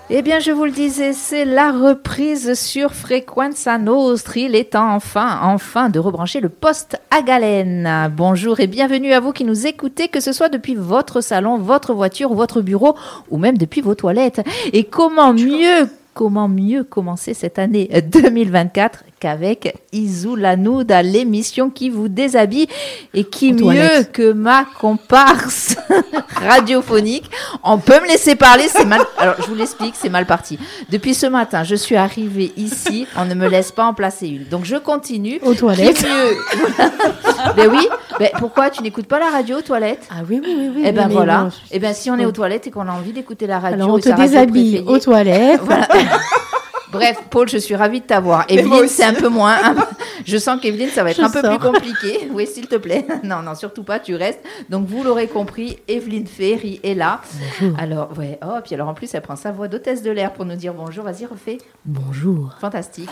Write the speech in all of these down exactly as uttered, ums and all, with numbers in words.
Eh bien, je vous le disais, c'est la reprise sur Frequenza Nostra. Il est temps enfin, enfin de rebrancher le poste à galène. Bonjour et bienvenue à vous qui nous écoutez, que ce soit depuis votre salon, votre voiture, votre bureau ou même depuis vos toilettes. Et comment mieux, comment mieux commencer cette année deux mille vingt-quatre qu'avec Isoulanoud, l'émission qui vous déshabille et qui mieux que ma comparse radiophonique. On peut me laisser parler, c'est mal. Alors je vous l'explique, c'est mal parti. Depuis ce matin, je suis arrivée ici, on ne me laisse pas en placer une. Donc je continue. Aux toilettes. Qui mieux Ben oui. Ben pourquoi tu n'écoutes pas la radio aux toilettes? Ah oui, oui, oui, oui. Eh ben oui, voilà. Bon, eh ben si on est aux toilettes et qu'on a envie d'écouter la radio, alors on et te sa radio déshabille préférée, aux toilettes. Voilà. Bref, Paul, je suis ravie de t'avoir. Evelyne, c'est un peu moins. Un... Je sens qu'Evelyne, ça va être je un peu sors. plus compliqué. Oui, s'il te plaît. Non, non, surtout pas, tu restes. Donc, vous l'aurez compris, Evelyne Ferry est là. Bonjour. Alors, ouais, oh, puis alors en plus, elle prend sa voix d'hôtesse de l'air pour nous dire bonjour. Vas-y, refais. Bonjour. Fantastique.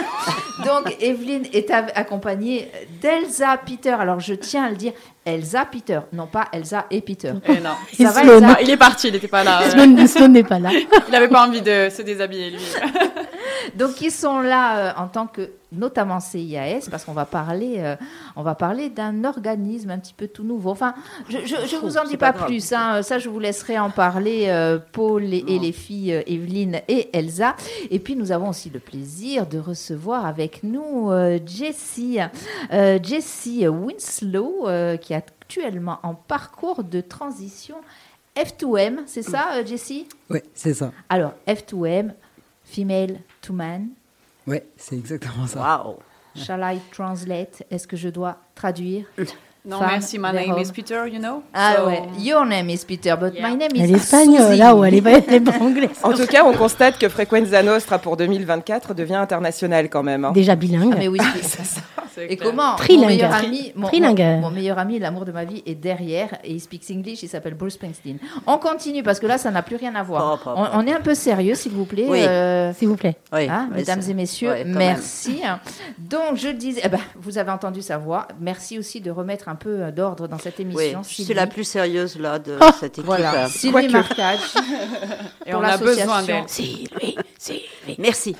Donc, Evelyne est av- accompagnée d'Elsa Peter. Alors, je tiens à le dire, Elsa Peter, non pas Elsa et Peter. Eh non. Ça va, Sloan. Elsa? Ah, il est parti, il n'était pas là. Sloan, Sloan n'est pas là. Il n'avait pas envie de se déshabiller, lui. Donc, ils sont là euh, en tant que, notamment C I A S, parce qu'on va parler, euh, on va parler d'un organisme un petit peu tout nouveau. Enfin, je ne vous en dis pas, pas plus. Hein. Ça, je vous laisserai en parler, euh, Paul et, et les filles euh, Evelyne et Elsa. Et puis, nous avons aussi le plaisir de recevoir avec nous euh, Jessie, euh, Jessie Winslow, euh, qui est actuellement en parcours de transition F deux M. C'est ça, euh, Jessie? Oui, c'est ça. Alors, F deux M, Female to Man. Oui, c'est exactement ça. Waouh. Shall I translate? Est-ce que je dois traduire? Non, Femme merci. My vers name homme. is Peter, you know. Ah So- ouais. Your name is Peter, but Yeah. my name is Elle est espagnole, Suzy. là où elle est pas, elle est pas anglaise. En tout cas, on constate que Frequenza Nostra pour deux mille vingt-quatre devient international quand même. hein. Déjà bilingue. Ah mais oui. C'est Et clair. comment? Mon Trilingue. meilleur ami, mon, Trilingue. mon- mon meilleur ami, l'amour de ma vie, est derrière et il speaks English. Il s'appelle Bruce Springsteen. On continue parce que là, ça n'a plus rien à voir. Oh, oh, oh. On, on est un peu sérieux, s'il vous plaît. Oui. euh, S'il vous plaît. Oui, Hein, mais mesdames c'est- et messieurs, ouais, quand merci. Donc, je disais, eh ben, vous avez entendu sa voix. Merci aussi de remettre un peu euh, d'ordre dans cette Oui, émission. je suis Sylvie. la plus sérieuse là de Oh, cette équipe. Voilà, là. Sylvie Quoique. Marcage. Et pour on a besoin l'association. d'elle. Sylvie, Sylvie. Merci.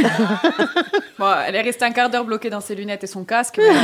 Bon, elle est restée un quart d'heure bloquée dans ses lunettes et son casque. Mais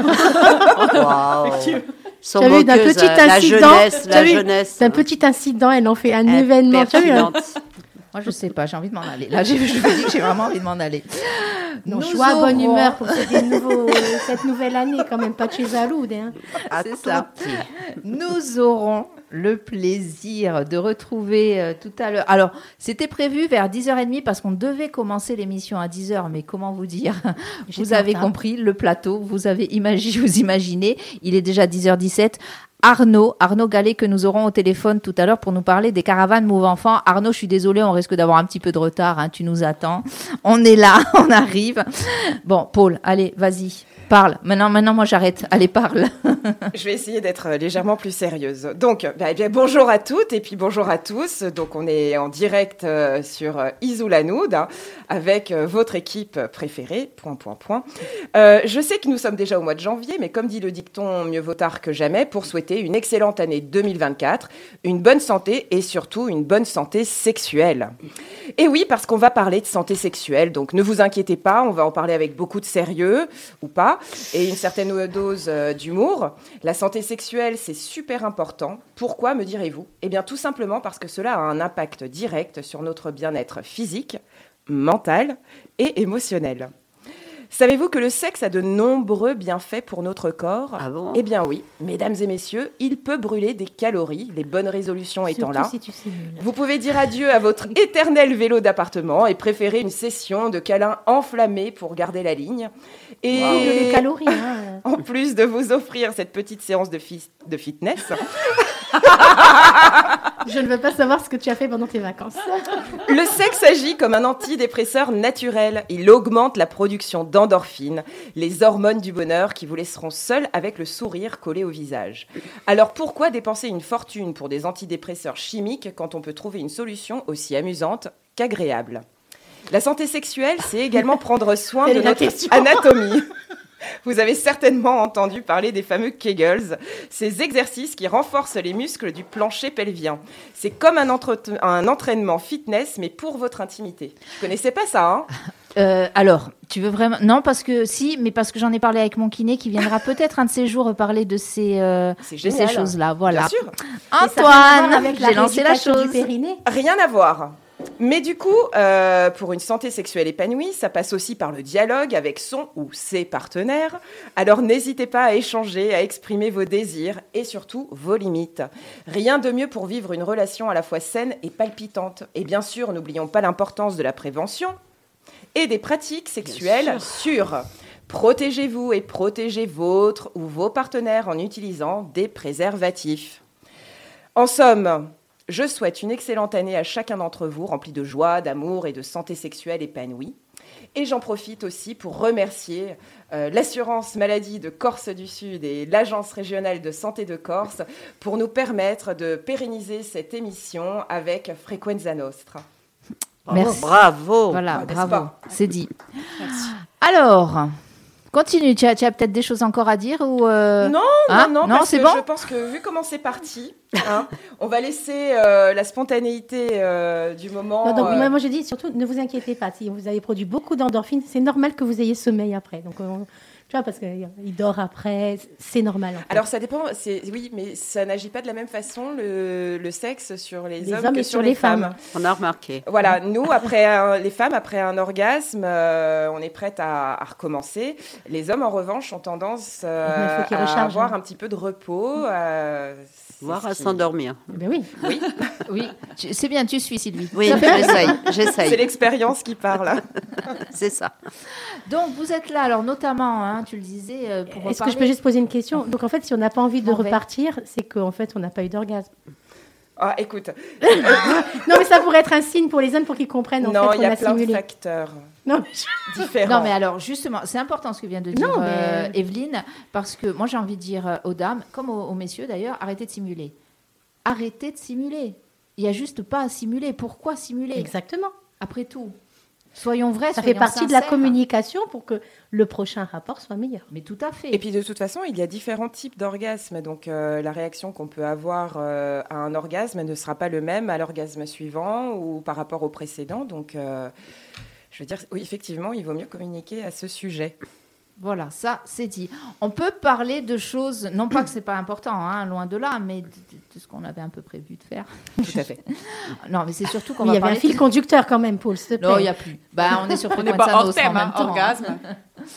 Waouh. Sont Tu as vu d'un moqueuses, petit hein. La incident, jeunesse, tu as la vu jeunesse. d'un petit incident, elle en fait un événement. Tu as vu, hein Impertinente. Moi, je sais pas, j'ai envie de m'en aller. Là, j'ai- je vous dis que j'ai vraiment envie de m'en aller. Non, Nous choix, bonne aurons- humeur pour cette, nouveau, cette nouvelle année, quand même, pas de chez Zaloud. Hein. À C'est ça. tutti. Nous aurons le plaisir de retrouver euh, tout à l'heure. Alors, c'était prévu vers dix heures trente parce qu'on devait commencer l'émission à dix heures, mais comment vous dire? Vous J'étais avez en retard. compris, le plateau, vous avez imagi- vous imaginez, il est déjà dix heures dix-sept. Arnaud, Arnaud Gallet que nous aurons au téléphone tout à l'heure pour nous parler des caravanes Move Enfants. Arnaud, je suis désolée, on risque d'avoir un petit peu de retard, hein, tu nous attends. On est là, on arrive. Bon, Paul, allez, vas-y, parle. Maintenant, maintenant, moi j'arrête. Allez, parle. Je vais essayer d'être légèrement plus sérieuse. Donc, bah, eh bien, bonjour à toutes et puis bonjour à tous. Donc, on est en direct euh, sur euh, Isoulanoud hein, avec euh, votre équipe préférée. Point, point, point. Euh, je sais que nous sommes déjà au mois de janvier, mais comme dit le dicton, mieux vaut tard que jamais, pour souhaiter une excellente année deux mille vingt-quatre, une bonne santé et surtout une bonne santé sexuelle. Et oui, parce qu'on va parler de santé sexuelle, donc ne vous inquiétez pas, on va en parler avec beaucoup de sérieux, ou pas, et une certaine dose euh, d'humour. La santé sexuelle, c'est super important. Pourquoi, me direz-vous? Eh bien, tout simplement parce que cela a un impact direct sur notre bien-être physique, mental et émotionnel. Savez-vous que le sexe a de nombreux bienfaits pour notre corps? Ah bon? Eh bien oui, mesdames et messieurs, il peut brûler des calories, les bonnes résolutions étant Surtout là. si tu simules. Vous pouvez dire adieu à votre éternel vélo d'appartement et préférer une session de câlins enflammés pour garder la ligne. Et Wow. Les calories, hein. en plus de vous offrir cette petite séance de, fi- de fitness, Je ne veux pas savoir ce que tu as fait pendant tes vacances. le sexe agit comme un antidépresseur naturel. Il augmente la production d'endorphines, les hormones du bonheur qui vous laisseront seuls avec le sourire collé au visage. Alors pourquoi dépenser une fortune pour des antidépresseurs chimiques quand on peut trouver une solution aussi amusante qu'agréable? La santé sexuelle, c'est également prendre soin Quelle de est la notre question? anatomie. Vous avez certainement entendu parler des fameux Kegels, ces exercices qui renforcent les muscles du plancher pelvien. C'est comme un, entre- un entraînement fitness, mais pour votre intimité. Vous connaissez pas ça, hein? Euh, alors, tu veux vraiment... Non, parce que si, mais parce que j'en ai parlé avec mon kiné qui viendra peut-être un de ces jours parler de ces, euh, C'est de ces génial. choses-là. Voilà. Bien sûr. Antoine, avec la j'ai lancé la rééducation chose. du périnée. Rien à voir. Mais du coup, euh, pour une santé sexuelle épanouie, ça passe aussi par le dialogue avec son ou ses partenaires. Alors n'hésitez pas à échanger, à exprimer vos désirs et surtout vos limites. Rien de mieux pour vivre une relation à la fois saine et palpitante. Et bien sûr, n'oublions pas l'importance de la prévention et des pratiques sexuelles sûres. Protégez-vous et protégez votre ou vos partenaires en utilisant des préservatifs. En somme, je souhaite une excellente année à chacun d'entre vous, remplie de joie, d'amour et de santé sexuelle épanouie. Et j'en profite aussi pour remercier euh, l'assurance maladie de Corse du Sud et l'Agence régionale de santé de Corse pour nous permettre de pérenniser cette émission avec Frequenza Nostra. Merci. Bravo. Voilà, N'est-ce bravo, pas? c'est dit. Alors, continue, tu as, tu as peut-être des choses encore à dire ou euh, Non, hein non, non, non, parce c'est que bon. je pense que vu comment c'est parti, hein, on va laisser euh, la spontanéité euh, du moment. Non, donc, euh, moi, moi, je dis surtout, ne vous inquiétez pas. Si vous avez produit beaucoup d'endorphines, c'est normal que vous ayez sommeil après. Donc, on- tu vois, parce qu'il dort après, c'est normal. En fait. Alors ça dépend, c'est, oui, mais ça n'agit pas de la même façon le, le sexe sur les, Les hommes, hommes que et sur sur les les femmes. femmes. On a remarqué. Voilà, nous, après un- les femmes, après un orgasme, euh, on est prête à, à recommencer. Les hommes, en revanche, ont tendance euh, Mais il faut qu'ils à rechargent, avoir hein. un petit peu de repos. euh, c'est Voir ce à qui- s'endormir. Eh ben oui. Oui, Oui, tu- c'est bien, tu suis Sylvie. Oui, j'essaye. c'est J'essaye. l'expérience qui parle. C'est ça. Donc vous êtes là, alors notamment, hein, tu le disais, euh, pour Est-ce que reparler- je peux juste poser une question? Donc, en fait, si on n'a pas envie de M'en vais. repartir, c'est qu'en fait, on n'a pas eu d'orgasme. Ah, écoute, Non, mais ça pourrait être un signe pour les hommes pour qu'ils comprennent en non, fait il qu'on y a a plein de simulé. facteurs Non, mais- différents. Non, mais alors, justement, c'est important ce que vient de dire Non, mais- euh, Evelyne, parce que moi, j'ai envie de dire euh, aux dames, comme aux, aux messieurs d'ailleurs, arrêtez de simuler. Arrêtez de simuler. Il n'y a juste pas à simuler. Pourquoi simuler? exactement. Après tout, soyons vrais, Ça fait soyons partie de la sincères. communication pour que le prochain rapport soit meilleur. Mais tout à fait. Et puis de toute façon, il y a différents types d'orgasmes. Donc euh, la réaction qu'on peut avoir euh, à un orgasme ne sera pas le même à l'orgasme suivant ou par rapport au précédent. Donc euh, je veux dire, oui, effectivement, il vaut mieux communiquer à ce sujet. Voilà, ça, c'est dit. On peut parler de choses, non pas que c'est pas important, hein, loin de là, mais de, de- de ce qu'on avait un peu prévu de faire. Tout à fait. Non, mais c'est surtout qu'on Mais va il y avait parler un fil de... conducteur quand même, Paul, s'il te plaît. Non, il n'y a plus. Bah, on est sur On n'est Frequenza pas hors Nostra thème, en même hein, temps, orgasme. hein.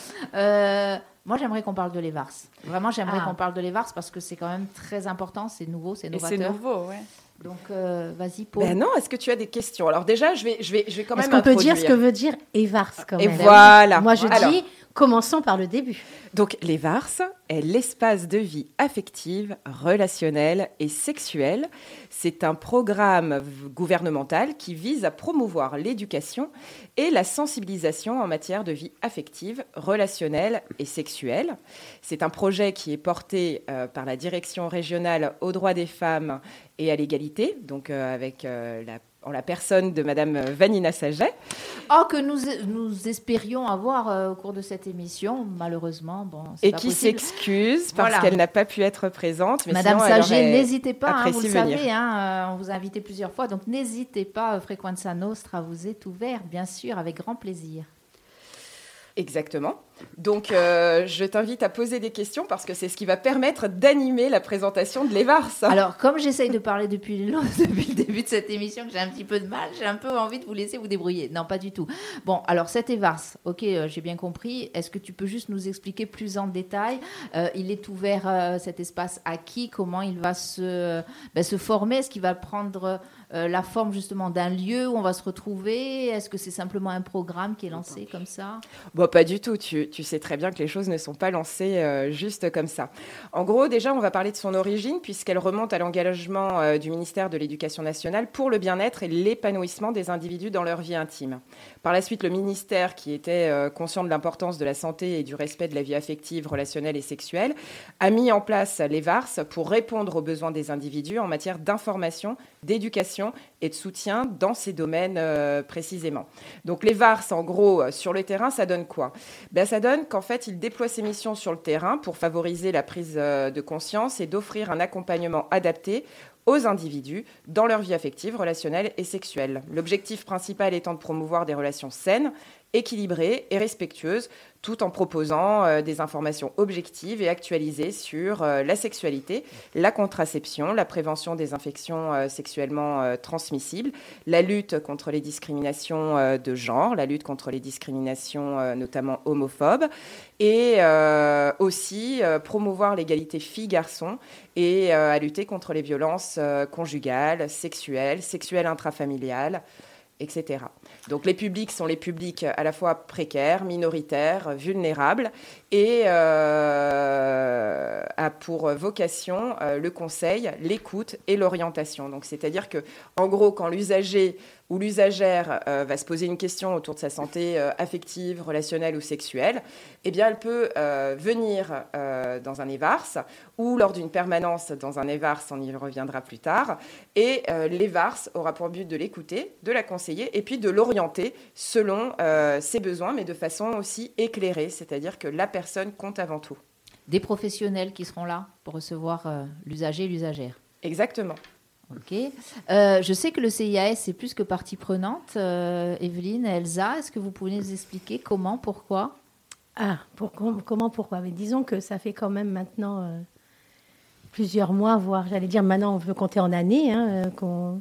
Euh, moi, j'aimerais qu'on parle de l'Evars. Vraiment, j'aimerais Ah. qu'on parle de l'Evars parce que c'est quand même très important, c'est nouveau, c'est Et c'est novateur. nouveau, ouais. Donc, euh, vas-y, Paul. Ben non, est-ce que tu as des questions? Alors déjà, je vais, je vais, je vais quand même Est-ce qu'on peut dire ce que introduire. veut dire Evars quand Et même? voilà. Moi, je Alors, dis, commençons par le début. donc, l'Evars est l'espace de vie affective, relationnelle et sexuelle. C'est un programme v- gouvernemental qui vise à promouvoir l'éducation et la sensibilisation en matière de vie affective, relationnelle et sexuelle. C'est un projet qui est porté euh, par la Direction régionale aux droits des femmes et à l'égalité, donc euh, avec euh, la, en la personne de Madame Vanina Saget. Oh, que nous, nous espérions avoir euh, au cours de cette émission, malheureusement. Bon, c'est Et pas qui possible. s'excuse parce Voilà. qu'elle n'a pas pu être présente. Mais Madame sinon, elle Saget, aurait n'hésitez pas, hein, vous apprécié le venir. savez, hein, euh, on vous a invité plusieurs fois, donc n'hésitez pas, euh, Frequenza Nostra vous est ouvert, bien sûr, avec grand plaisir. Exactement. Donc, euh, je t'invite à poser des questions parce que c'est ce qui va permettre d'animer la présentation de l'Evars. Alors, comme j'essaye de parler depuis le, depuis le début de cette émission, que j'ai un petit peu de mal, j'ai un peu envie de vous laisser vous débrouiller. Non, pas du tout. Bon, alors cet Evars, ok, euh, j'ai bien compris. Est-ce que tu peux juste nous expliquer plus en détail? Euh, il est ouvert, euh, cet espace, à qui? Comment il va se, ben, se former? Est-ce qu'il va prendre euh, la forme justement d'un lieu où on va se retrouver? Est-ce que c'est simplement un programme qui est lancé comme ça? Bon, pas du tout. Tu, tu sais très bien que les choses ne sont pas lancées euh, juste comme ça. En gros, déjà, on va parler de son origine puisqu'elle remonte à l'engagement euh, du ministère de l'Éducation nationale pour le bien-être et l'épanouissement des individus dans leur vie intime. Par la suite, le ministère, qui était euh, conscient de l'importance de la santé et du respect de la vie affective, relationnelle et sexuelle, a mis en place l'Evars pour répondre aux besoins des individus en matière d'information, d'éducation et de soutien dans ces domaines euh, précisément. Donc l'Evars, en gros, euh, sur le terrain, ça donne quoi? Ben, ça ça donne qu'en fait, il déploie ses missions sur le terrain pour favoriser la prise de conscience et d'offrir un accompagnement adapté aux individus dans leur vie affective, relationnelle et sexuelle. L'objectif principal étant de promouvoir des relations saines, équilibrées et respectueuses, tout en proposant euh, des informations objectives et actualisées sur euh, la sexualité, la contraception, la prévention des infections euh, sexuellement euh, transmissibles, la lutte contre les discriminations euh, de genre, la lutte contre les discriminations euh, notamment homophobes, et euh, aussi euh, promouvoir l'égalité filles-garçons et euh, à lutter contre les violences euh, conjugales, sexuelles, sexuelles intrafamiliales, et cetera. Donc les publics sont les publics à la fois précaires, minoritaires, vulnérables et euh, a pour vocation euh, le conseil, l'écoute et l'orientation. Donc c'est-à-dire que, en gros, quand l'usager ou l'usagère euh, va se poser une question autour de sa santé euh, affective, relationnelle ou sexuelle, eh bien elle peut euh, venir euh, dans un EVARS ou lors d'une permanence dans un EVARS, on y reviendra plus tard, et euh, l'EVARS aura pour but de l'écouter, de la conseiller et puis de l'orienter selon euh, ses besoins, mais de façon aussi éclairée, c'est-à-dire que la personne compte avant tout. Des professionnels qui seront là pour recevoir euh, l'usager et l'usagère. Exactement. Ok. Euh, je sais que le C I A S est plus que partie prenante. Euh, Evelyne, Elsa, est-ce que vous pouvez nous expliquer comment, pourquoi ? Ah, pour, comment, pourquoi ? Mais disons que ça fait quand même maintenant euh, plusieurs mois, voire, j'allais dire, maintenant on veut compter en années, hein, euh, qu'on,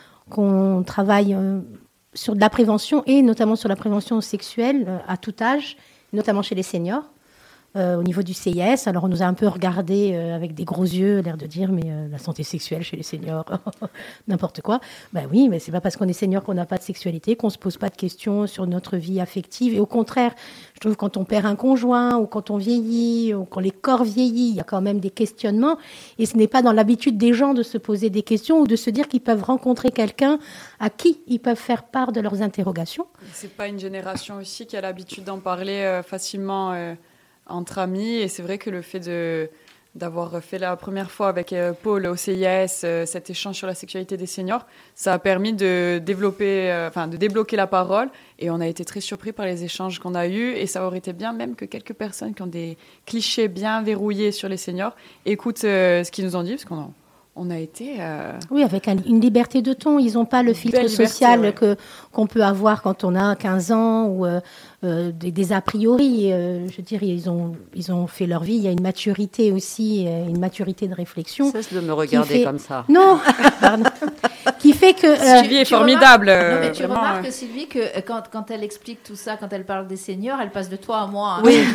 qu'on travaille euh, sur de la prévention et notamment sur la prévention sexuelle euh, à tout âge, notamment chez les seniors. Euh, au niveau du C I A S, alors on nous a un peu regardé euh, avec des gros yeux, l'air de dire mais euh, la santé sexuelle chez les seniors, n'importe quoi. Ben oui, mais c'est pas parce qu'on est senior qu'on n'a pas de sexualité, qu'on se pose pas de questions sur notre vie affective. Et au contraire, je trouve que quand on perd un conjoint ou quand on vieillit ou quand les corps vieillissent, il y a quand même des questionnements. Et ce n'est pas dans l'habitude des gens de se poser des questions ou de se dire qu'ils peuvent rencontrer quelqu'un à qui ils peuvent faire part de leurs interrogations. C'est pas une génération aussi qui a l'habitude d'en parler euh, facilement. Euh... entre amis, et c'est vrai que le fait de, d'avoir fait la première fois avec euh, Paul au C I A S euh, cet échange sur la sexualité des seniors, ça a permis de développer, euh, enfin de débloquer la parole, et on a été très surpris par les échanges qu'on a eus, et ça aurait été bien même que quelques personnes qui ont des clichés bien verrouillés sur les seniors écoutent euh, ce qu'ils nous ont dit, parce qu'on a, on a été... Euh... Oui, avec un, une liberté de ton. Ils n'ont pas le filtre liberté, social ouais. que, qu'on peut avoir quand on a quinze ans ou euh, euh, des, des a priori. Euh, je veux dire, ils ont, ils ont fait leur vie. Il y a une maturité aussi, euh, une maturité de réflexion. Cesse de me regarder fait... comme ça. Non, pardon. Qui fait que... Euh, Sylvie est formidable. Remarques... Non, mais tu vraiment, remarques, ouais. Sylvie, que quand, quand elle explique tout ça, quand elle parle des seniors, elle passe de toi à moi. Hein. Oui.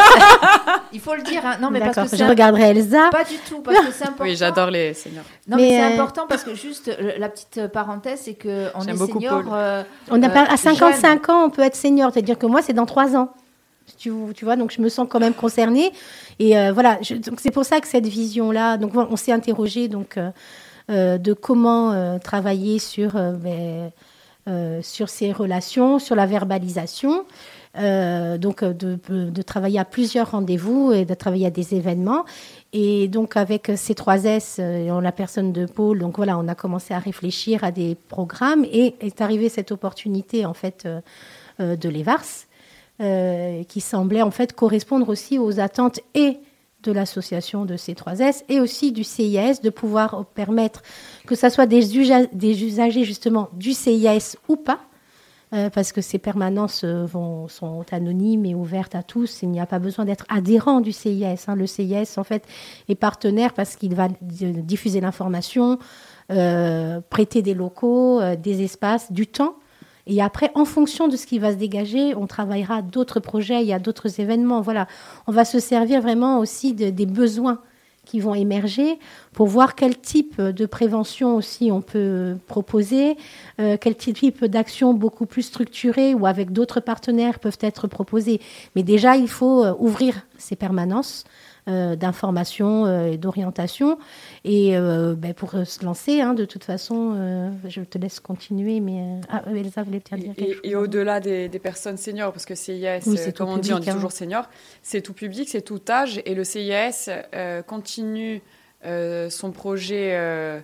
Il faut le dire. Hein. Non, mais D'accord, parce que je c'est regarderai Elsa. Pas du tout, parce que c'est important. Oui, j'adore les seniors. Non, mais, mais c'est euh... important parce que juste, la petite parenthèse, c'est qu'on est senior. Euh, on a euh, à cinquante-cinq jeune. ans, on peut être senior. C'est-à-dire que moi, c'est dans trois ans. Tu, tu vois, donc je me sens quand même concernée. Et euh, voilà, je, donc c'est pour ça que cette vision-là, donc on s'est interrogé donc, euh, euh, de comment euh, travailler sur, euh, ben, euh, sur ces relations, sur la verbalisation. Euh, donc de, de travailler à plusieurs rendez-vous et de travailler à des événements. Et donc avec ces trois S et en la personne de Paul, donc voilà, on a commencé à réfléchir à des programmes et est arrivée cette opportunité en fait euh, euh, de l'EVARS euh, qui semblait en fait correspondre aussi aux attentes et de l'association de ces trois S et aussi du C I A S de pouvoir permettre que ça soit des, usa- des usagers justement du C I A S ou pas. Euh, parce que ces permanences euh, vont, sont anonymes et ouvertes à tous. Il n'y a pas besoin d'être adhérent du C I A S. Hein. Le C I A S, en fait, est partenaire parce qu'il va d- diffuser l'information, euh, prêter des locaux, euh, des espaces, du temps. Et après, en fonction de ce qui va se dégager, on travaillera d'autres projets, il y a d'autres événements. Voilà. On va se servir vraiment aussi de, des besoins qui vont émerger pour voir quel type de prévention aussi on peut proposer, euh, quel type d'actions beaucoup plus structurées ou avec d'autres partenaires peuvent être proposées. Mais déjà, il faut euh, ouvrir ces permanences euh, d'information euh, et d'orientation. Et euh, ben, pour se lancer, hein, de toute façon, euh, je te laisse continuer. Mais euh... ah, Elsa voulait peut-être dire quelque et, chose. Et au-delà des, des personnes seniors, parce que C I A S, oui, c'est comme on public, dit, on dit hein. toujours senior, c'est tout public, c'est tout âge. Et le C I A S euh, continue euh, son projet euh,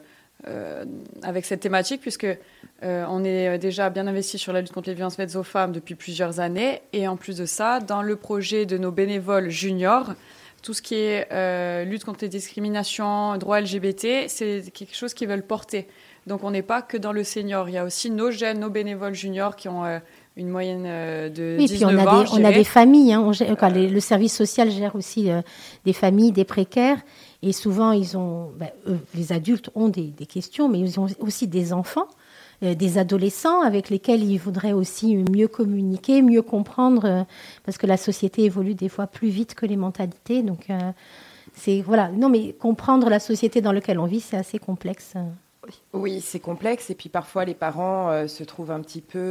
euh, avec cette thématique, puisque euh, on est déjà bien investi sur la lutte contre les violences faites aux femmes depuis plusieurs années. Et en plus de ça, dans le projet de nos bénévoles juniors, tout ce qui est euh, lutte contre les discriminations, droits L G B T, c'est quelque chose qu'ils veulent porter. Donc on n'est pas que dans le senior. Il y a aussi nos jeunes, nos bénévoles juniors qui ont euh, une moyenne euh, de oui, dix-neuf puis on a ans. des, on a des familles. Hein, on gère, quoi, les, le service social gère aussi euh, des familles, des précaires. Et souvent, ils ont, ben, eux, les adultes ont des, des questions, mais ils ont aussi des enfants, euh, des adolescents avec lesquels ils voudraient aussi mieux communiquer, mieux comprendre, euh, parce que la société évolue des fois plus vite que les mentalités. Donc, euh, c'est voilà. Non, mais comprendre la société dans laquelle on vit, c'est assez complexe. Oui, c'est complexe. Et puis parfois, les parents euh, se trouvent un petit peu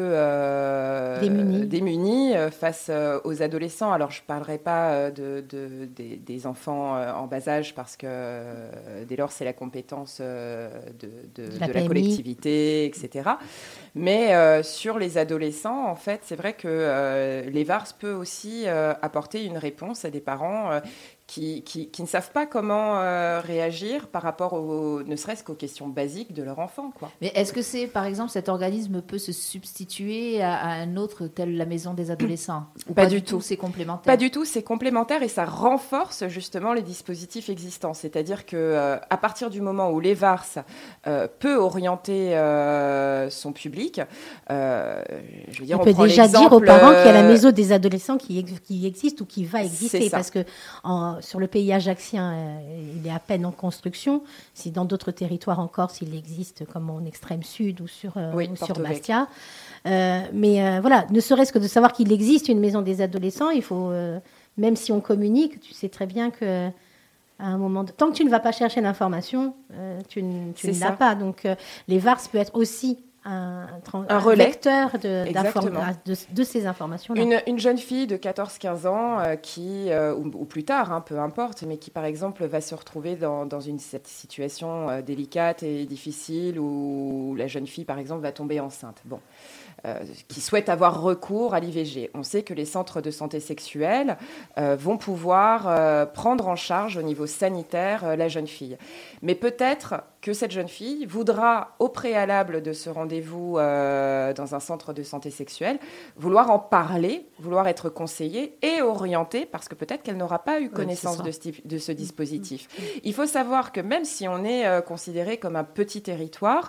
euh, démunis, démunis euh, face euh, aux adolescents. Alors, je ne parlerai pas euh, de, de, des, des enfants euh, en bas âge parce que euh, dès lors, c'est la compétence euh, de, de, de, la, de la collectivité, et cetera. Mais euh, sur les adolescents, en fait, c'est vrai que euh, l'E V A R S peut aussi euh, apporter une réponse à des parents euh, Qui, qui, qui ne savent pas comment euh, réagir par rapport au, ne serait-ce qu'aux questions basiques de leur enfant, quoi. Mais est-ce que c'est, par exemple, cet organisme peut se substituer à, à un autre tel la maison des adolescents? Pas, pas du tout, tout. C'est complémentaire. Pas du tout, c'est complémentaire et ça renforce justement les dispositifs existants. C'est-à-dire que euh, à partir du moment où l'E V A R S euh, peut orienter euh, son public, euh, je veux dire, on, on peut prend déjà dire aux parents qu'il y a la maison des adolescents qui, ex- qui existe ou qui va exister, parce que en, sur le pays ajaccien, euh, il est à peine en construction. Si dans d'autres territoires encore, s'il existe, comme en extrême sud ou sur, euh, oui, ou sur Bastia. Euh, mais euh, voilà, ne serait-ce que de savoir qu'il existe une maison des adolescents, il faut, euh, même si on communique, tu sais très bien que à un moment de... tant que tu ne vas pas chercher l'information, euh, tu, n- tu ne l'as pas. Donc euh, les V A R S peut être aussi un, un, un relais. vecteur de, de, de ces informations-là. Une, une jeune fille de quatorze quinze ans euh, qui, euh, ou, ou plus tard, hein, peu importe, mais qui par exemple va se retrouver dans, dans une cette situation euh, délicate et difficile où la jeune fille par exemple va tomber enceinte. Bon. Euh, qui souhaitent avoir recours à l'I V G. On sait que les centres de santé sexuelle euh, vont pouvoir euh, prendre en charge au niveau sanitaire euh, la jeune fille. Mais peut-être que cette jeune fille voudra, au préalable de ce rendez-vous euh, dans un centre de santé sexuelle, vouloir en parler, vouloir être conseillée et orientée, parce que peut-être qu'elle n'aura pas eu connaissance ouais, de, ce, de ce dispositif. Il faut savoir que même si on est euh, considéré comme un petit territoire,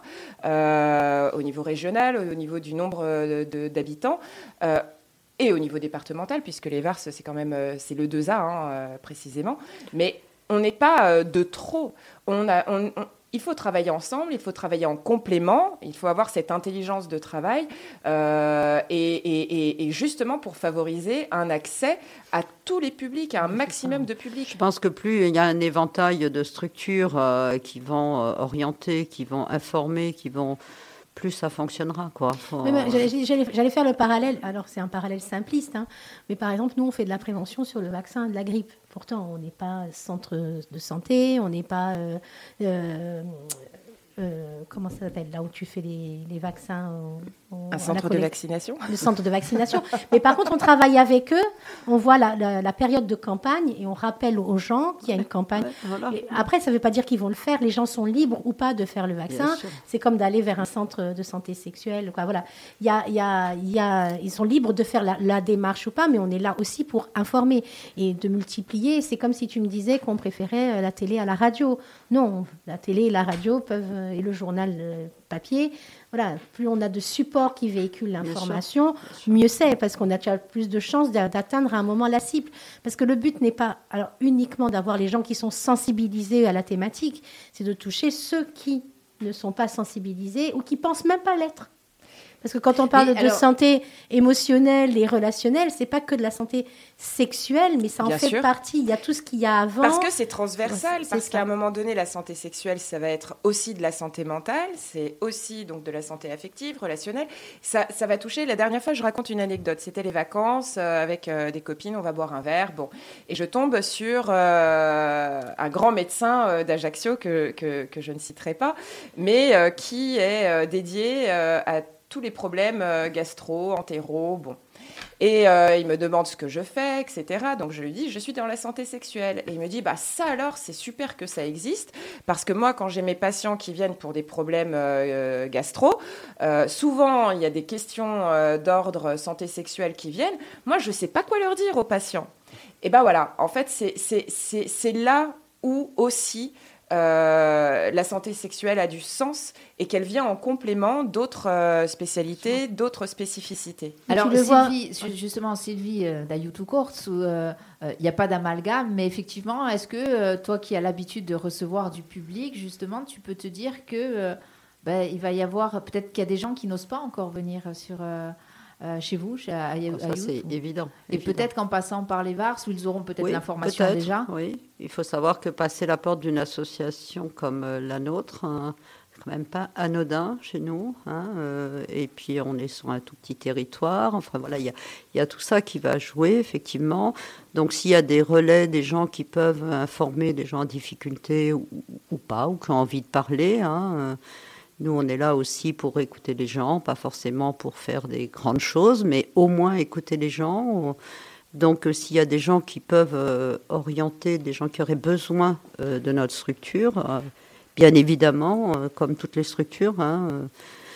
euh, au niveau régional, au niveau du nombre de, de, d'habitants, euh, et au niveau départemental, puisque les V A R S, c'est quand même euh, c'est le deux A, hein, euh, précisément, mais on n'est pas euh, de trop. On a... On, on, Il faut travailler ensemble, il faut travailler en complément, il faut avoir cette intelligence de travail euh, et, et, et justement pour favoriser un accès à tous les publics, à un maximum de publics. Je pense que plus il y a un éventail de structures euh, qui vont euh, orienter, qui vont informer, qui vont... plus ça fonctionnera, quoi. Faut... Mais, mais, j'allais, j'allais, j'allais faire le parallèle. Alors, c'est un parallèle simpliste, hein, mais par exemple, nous, on fait de la prévention sur le vaccin de la grippe. Pourtant, on n'est pas centre de santé, on n'est pas... Euh, euh, euh, comment ça s'appelle, là où tu fais les, les vaccins au, au, un centre de vaccination. Le centre de vaccination. Mais par contre, on travaille avec eux, on voit la, la, la période de campagne et on rappelle aux gens qu'il y a une campagne. Ouais, voilà. Après, ça ne veut pas dire qu'ils vont le faire. Les gens sont libres ou pas de faire le vaccin. C'est comme d'aller vers un centre de santé sexuelle. Quoi. Voilà. Il y a, il y a, il y a, ils sont libres de faire la, la démarche ou pas, mais on est là aussi pour informer et de multiplier. C'est comme si tu me disais qu'on préférait la télé à la radio. Non, la télé et la radio peuvent... et le journal euh, papier, voilà, plus on a de supports qui véhiculent l'information, bien sûr, bien sûr. Mieux c'est, parce qu'on a déjà plus de chances d'atteindre à un moment la cible. Parce que le but n'est pas alors, uniquement d'avoir les gens qui sont sensibilisés à la thématique, c'est de toucher ceux qui ne sont pas sensibilisés ou qui ne pensent même pas l'être. Parce que quand on parle oui, de alors... santé émotionnelle et relationnelle, c'est pas que de la santé sexuelle, mais ça en Bien fait sûr. partie. Il y a tout ce qu'il y a avant. Parce que c'est transversal, c'est parce ça. qu'à un moment donné, la santé sexuelle, ça va être aussi de la santé mentale, c'est aussi donc de la santé affective, relationnelle. Ça, ça va toucher. La dernière fois, je raconte une anecdote. C'était les vacances euh, avec euh, des copines, on va boire un verre, bon, et je tombe sur euh, un grand médecin euh, d'Ajaccio que, que que je ne citerai pas, mais euh, qui est euh, dédié euh, à tous les problèmes euh, gastro, entéro, bon. Et euh, il me demande ce que je fais, et cetera. Donc je lui dis, je suis dans la santé sexuelle. Et il me dit, bah ça alors, c'est super que ça existe, parce que moi, quand j'ai mes patients qui viennent pour des problèmes euh, gastro, euh, souvent il y a des questions euh, d'ordre santé sexuelle qui viennent. Moi, je sais pas quoi leur dire aux patients. Et ben voilà, en fait, c'est c'est c'est c'est là où aussi Euh, la santé sexuelle a du sens et qu'elle vient en complément d'autres euh, spécialités, d'autres spécificités. Alors, le Sylvie, vois... justement, Sylvie euh, d'Ayutu Courts, il n'y euh, euh, a pas d'amalgame, mais effectivement, est-ce que euh, toi qui as l'habitude de recevoir du public, justement, tu peux te dire que euh, ben, il va y avoir, peut-être qu'il y a des gens qui n'osent pas encore venir sur... Euh, Euh, chez vous, chez, à, à, ça, à c'est ou... évident. Et évident. peut-être qu'en passant par les V A R S, où ils auront peut-être oui, l'information peut-être, déjà. Oui, il faut savoir que passer la porte d'une association comme euh, la nôtre, hein, c'est quand même pas anodin chez nous. Hein, euh, et puis on est sur un tout petit territoire. Enfin voilà, il y a, y a tout ça qui va jouer effectivement. Donc s'il y a des relais, des gens qui peuvent informer des gens en difficulté ou, ou pas, ou qui ont envie de parler. Hein, euh, Nous, on est là aussi pour écouter les gens, pas forcément pour faire des grandes choses, mais au moins écouter les gens. Donc, euh, s'il y a des gens qui peuvent euh, orienter, des gens qui auraient besoin euh, de notre structure, euh, bien évidemment, euh, comme toutes les structures, hein, euh,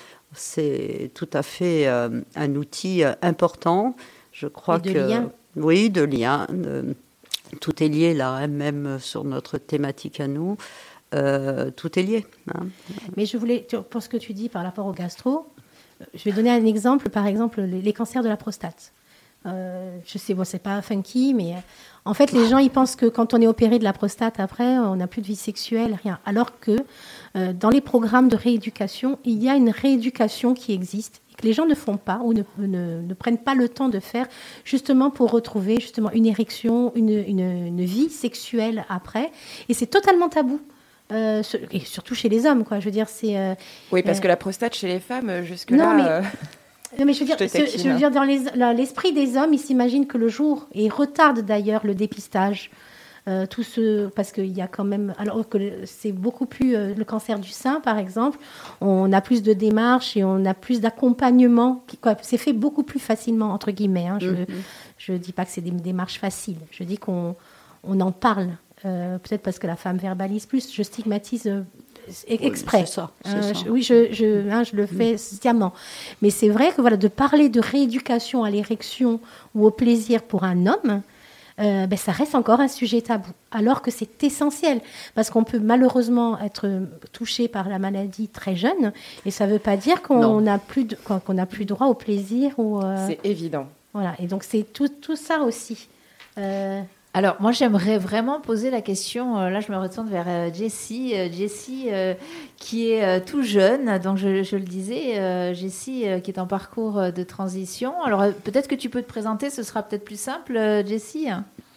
c'est tout à fait euh, un outil euh, important. Je crois Et de que lien. Oui, de lien. De, tout est lié là, hein, même sur notre thématique à nous. Euh, tout est lié. Hein. Mais je voulais, pour ce que tu dis par rapport au gastro, je vais donner un exemple, par exemple, les, les cancers de la prostate. Euh, je sais, bon, c'est pas funky, mais en fait, les gens, ils pensent que quand on est opéré de la prostate, après, on n'a plus de vie sexuelle, rien. Alors que euh, dans les programmes de rééducation, il y a une rééducation qui existe, et que les gens ne font pas ou ne, ne, ne prennent pas le temps de faire, justement pour retrouver justement une érection, une, une, une vie sexuelle après. Et c'est totalement tabou. Euh, et surtout chez les hommes, quoi. Je veux dire, c'est. Euh, oui, parce euh, que la prostate chez les femmes, jusque-là. Non, mais, euh, non, mais je veux dire, je, ce, je veux dire dans les, là, l'esprit des hommes, ils s'imaginent que le jour, et ils retardent d'ailleurs le dépistage, euh, tout ce, parce qu'il y a quand même. Alors que c'est beaucoup plus. Euh, le cancer du sein, par exemple, on a plus de démarches et on a plus d'accompagnement. Qui, quoi, c'est fait beaucoup plus facilement, entre guillemets. Hein. Je ne mm-hmm. dis pas que c'est des démarches faciles. Je dis qu'on on en parle. Euh, peut-être parce que la femme verbalise plus, je stigmatise euh, exprès. Oui, c'est ça, c'est euh, ça. Je, oui, je, je, hein, je le fais sciemment. Mais c'est vrai que voilà, de parler de rééducation à l'érection ou au plaisir pour un homme, euh, ben, ça reste encore un sujet tabou. Alors que c'est essentiel, parce qu'on peut malheureusement être touché par la maladie très jeune, et ça ne veut pas dire qu'on n'a plus, de, qu'on n'a plus droit au plaisir. Ou, euh, c'est évident. Voilà, et donc c'est tout, tout ça aussi. Euh, Alors, moi, j'aimerais vraiment poser la question. Euh, là, je me retourne vers euh, Jessie. Euh, Jessie, euh, qui est euh, tout jeune. Donc, je, je le disais, euh, Jessie, euh, qui est en parcours euh, de transition. Alors, euh, peut-être que tu peux te présenter. Ce sera peut-être plus simple, euh, Jessie.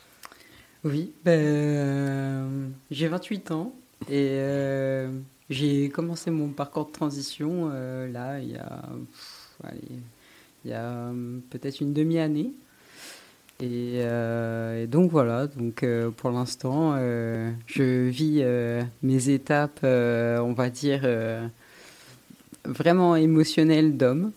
Oui, ben, euh, j'ai vingt-huit ans. Et euh, j'ai commencé mon parcours de transition, euh, là, il y a, pff, allez, il y a peut-être une demi-année. Et, euh, et donc voilà, donc, euh, pour l'instant, euh, je vis euh, mes étapes, euh, on va dire, euh, vraiment émotionnelles d'homme.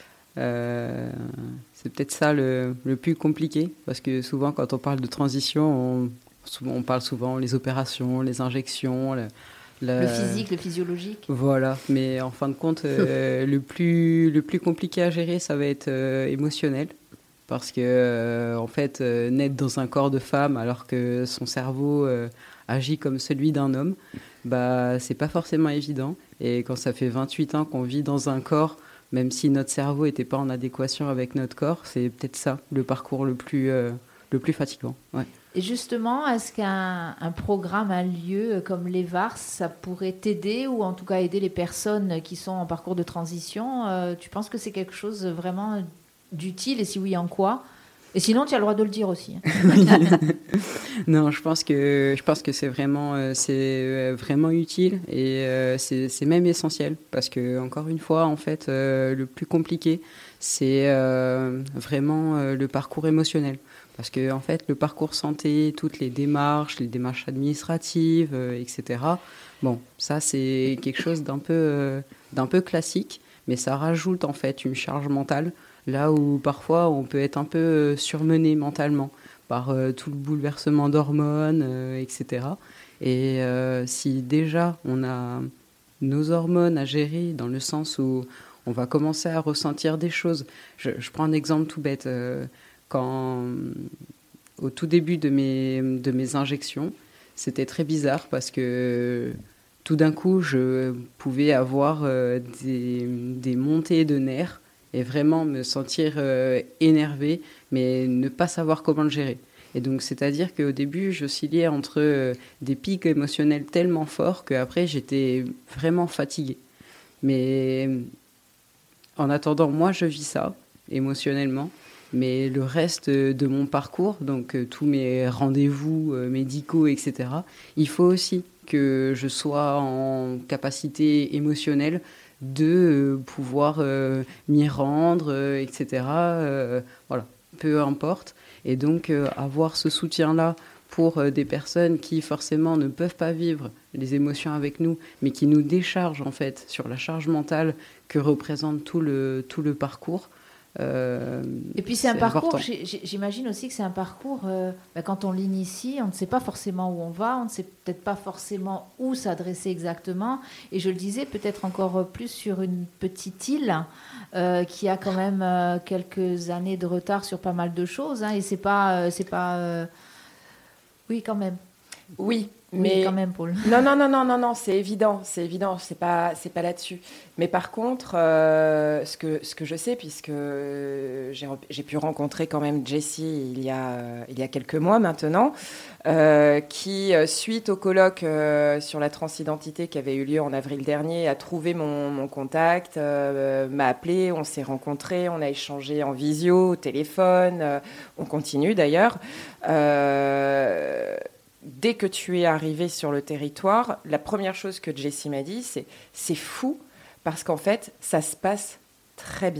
Euh, c'est peut-être ça le, le plus compliqué, parce que souvent quand on parle de transition, on, souvent, on parle souvent les opérations, les injections, le, le, le physique, le physiologique. Voilà, mais en fin de compte, euh, le, plus, le plus compliqué à gérer, ça va être euh, émotionnel. Parce que, euh, en fait, euh, naître dans un corps de femme alors que son cerveau euh, agit comme celui d'un homme, bah, c'est pas forcément évident. Et quand ça fait vingt-huit ans qu'on vit dans un corps, même si notre cerveau n'était pas en adéquation avec notre corps, c'est peut-être ça, le parcours le plus, euh, le plus fatigant. Ouais. Et justement, est-ce qu'un un programme, un lieu comme les V A R S, ça pourrait t'aider, ou en tout cas aider les personnes qui sont en parcours de transition? euh, Tu penses que c'est quelque chose vraiment d'utile, et si oui, en quoi? Et sinon, tu as le droit de le dire aussi. Non, je pense que je pense que c'est vraiment euh, c'est vraiment utile, et euh, c'est c'est même essentiel, parce que encore une fois, en fait, euh, le plus compliqué, c'est euh, vraiment euh, le parcours émotionnel, parce que en fait, le parcours santé, toutes les démarches, les démarches administratives, euh, et cetera. Bon, ça c'est quelque chose d'un peu euh, d'un peu classique, mais ça rajoute en fait une charge mentale. là où parfois on peut être un peu surmené mentalement par euh, tout le bouleversement d'hormones, euh, et cetera. Et euh, si déjà on a nos hormones à gérer dans le sens où on va commencer à ressentir des choses. Je, je prends un exemple tout bête. Euh, quand, au tout début de mes, de mes injections, c'était très bizarre parce que tout d'un coup, je pouvais avoir euh, des, des montées de nerfs et vraiment me sentir euh, énervée, mais ne pas savoir comment le gérer. Et donc, c'est-à-dire qu'au début, j'oscillais entre euh, des pics émotionnels tellement forts qu'après, j'étais vraiment fatiguée. Mais en attendant, moi, je vis ça émotionnellement. Mais le reste de mon parcours, donc euh, tous mes rendez-vous euh, médicaux, et cetera, il faut aussi que je sois en capacité émotionnelle de euh, pouvoir euh, m'y rendre, euh, et cetera. Euh, voilà, peu importe. Et donc, euh, avoir ce soutien-là pour euh, des personnes qui, forcément, ne peuvent pas vivre les émotions avec nous, mais qui nous déchargent, en fait, sur la charge mentale que représente tout le, tout le parcours. Euh, Et puis c'est, c'est un parcours, j'imagine aussi que c'est un parcours, euh, bah, quand on l'initie, on ne sait pas forcément où on va, on ne sait peut-être pas forcément où s'adresser exactement. Et je le disais, peut-être encore plus sur une petite île euh, qui a quand même euh, quelques années de retard sur pas mal de choses. Hein, et c'est pas... Euh, c'est pas euh... Oui, quand même. Oui. Mais oui, quand même, Paul. Non, non, non, non, non, non, c'est évident, c'est évident, c'est pas, c'est pas là-dessus. Mais par contre, euh, ce que, ce que je sais, puisque j'ai, j'ai pu rencontrer quand même Jessie il y a, il y a quelques mois maintenant, euh, qui suite au colloque euh, sur la transidentité qui avait eu lieu en avril dernier, a trouvé mon, mon contact, euh, m'a appelé, on s'est rencontrés, on a échangé en visio, au téléphone, euh, on continue d'ailleurs. Euh, Dès que tu es arrivé sur le territoire, la première chose que Jessie m'a dit, c'est « c'est fou parce qu'en fait, ça se passe très bien ».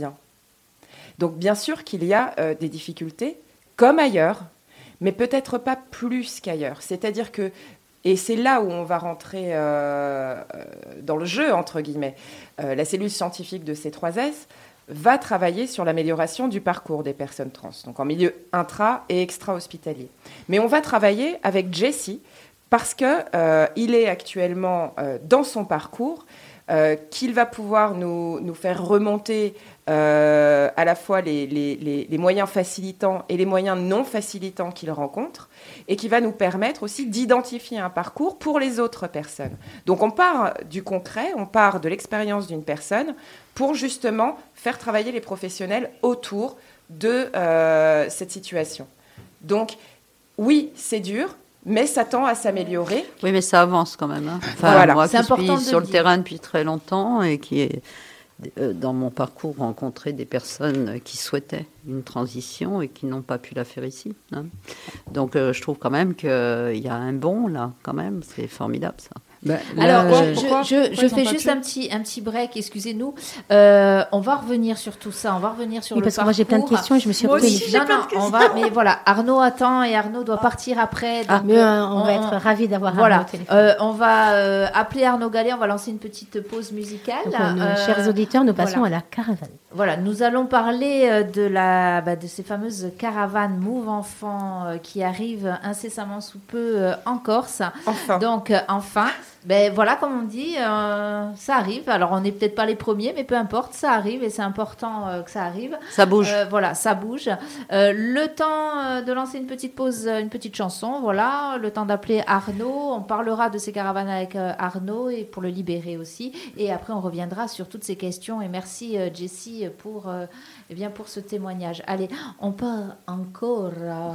Donc bien sûr qu'il y a euh, des difficultés, comme ailleurs, mais peut-être pas plus qu'ailleurs. C'est-à-dire que, et c'est là où on va rentrer euh, dans le jeu, entre guillemets, euh, la cellule scientifique de C trois S va travailler sur l'amélioration du parcours des personnes trans, donc en milieu intra- et extra-hospitalier. Mais on va travailler avec Jessie parce qu'il euh, est actuellement euh, dans son parcours, euh, qu'il va pouvoir nous, nous faire remonter euh, à la fois les, les, les, les moyens facilitants et les moyens non facilitants qu'il rencontre, et qui va nous permettre aussi d'identifier un parcours pour les autres personnes. Donc on part du concret, on part de l'expérience d'une personne pour justement faire travailler les professionnels autour de euh, cette situation. Donc oui, c'est dur, mais ça tend à s'améliorer. Oui, mais ça avance quand même. Hein. Enfin, voilà. Moi c'est qui important suis de sur le dire. terrain depuis très longtemps et qui est dans mon parcours rencontré des personnes qui souhaitaient une transition et qui n'ont pas pu la faire ici. Hein. Donc euh, je trouve quand même qu'il y a un bond là, quand même, c'est formidable ça. Bah, Alors, là, je, pourquoi, je, pourquoi je ils ont fais pas juste pu un petit, un petit break, excusez-nous. Euh, on va revenir sur tout ça, on va revenir sur Oui, le parce que parcours. moi j'ai plein de questions et je me suis Moi retenue. aussi. j'ai Non, plein non, de on va, mais voilà, Arnaud attend et Arnaud doit partir après. Ah, donc, mais euh, on, on- va être ravis d'avoir Voilà, Arnaud au téléphone. euh, on va euh, appeler Arnaud Gallet, on va lancer une petite pause musicale. Donc, on, Euh, chers auditeurs, nous passons voilà. à la caravane. Voilà, nous allons parler euh, de, la, bah, de ces fameuses caravanes Move Enfants euh, qui arrivent incessamment sous peu euh, en Corse. Enfin. Donc, euh, enfin, ben voilà, comme on dit, euh, ça arrive. Alors, on n'est peut-être pas les premiers, mais peu importe, ça arrive et c'est important euh, que ça arrive. Ça bouge. Euh, voilà, ça bouge. Euh, le temps euh, de lancer une petite pause, euh, une petite chanson, voilà. Le temps d'appeler Arnaud. On parlera de ces caravanes avec euh, Arnaud et pour le libérer aussi. Et après, on reviendra sur toutes ces questions. Et merci, euh, Jessie, pour, euh, eh bien, pour ce témoignage. Allez, on part encore.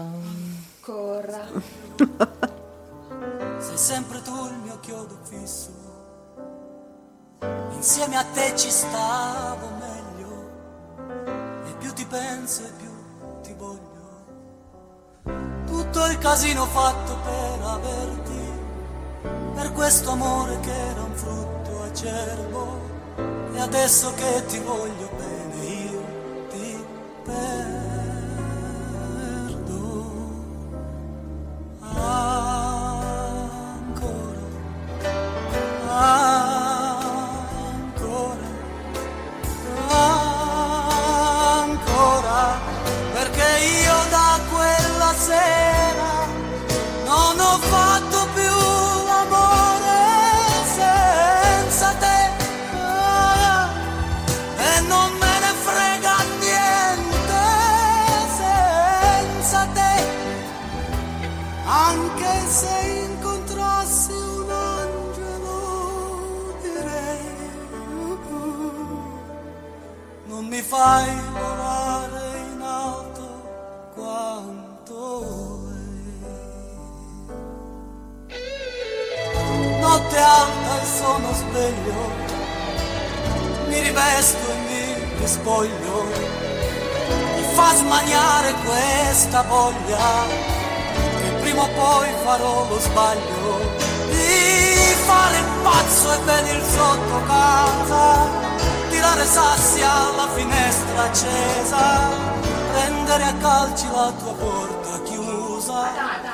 Sei sempre tu il mio chiodo fisso, insieme a te ci stavo meglio, e più ti penso e più ti voglio. Tutto il casino fatto per averti, per questo amore che era un frutto acerbo, e adesso che ti voglio bene io ti perdo. Ancora, se incontrassi un angelo direi non mi fai volare in alto quanto lei. Notte alta e sono sveglio, mi rivesto e mi rispoglio, mi fa smaniare questa voglia che prima o poi farò lo sbaglio di fare il pazzo e venir sotto casa, tirare sassi alla finestra accesa, prendere a calci la tua porta chiusa.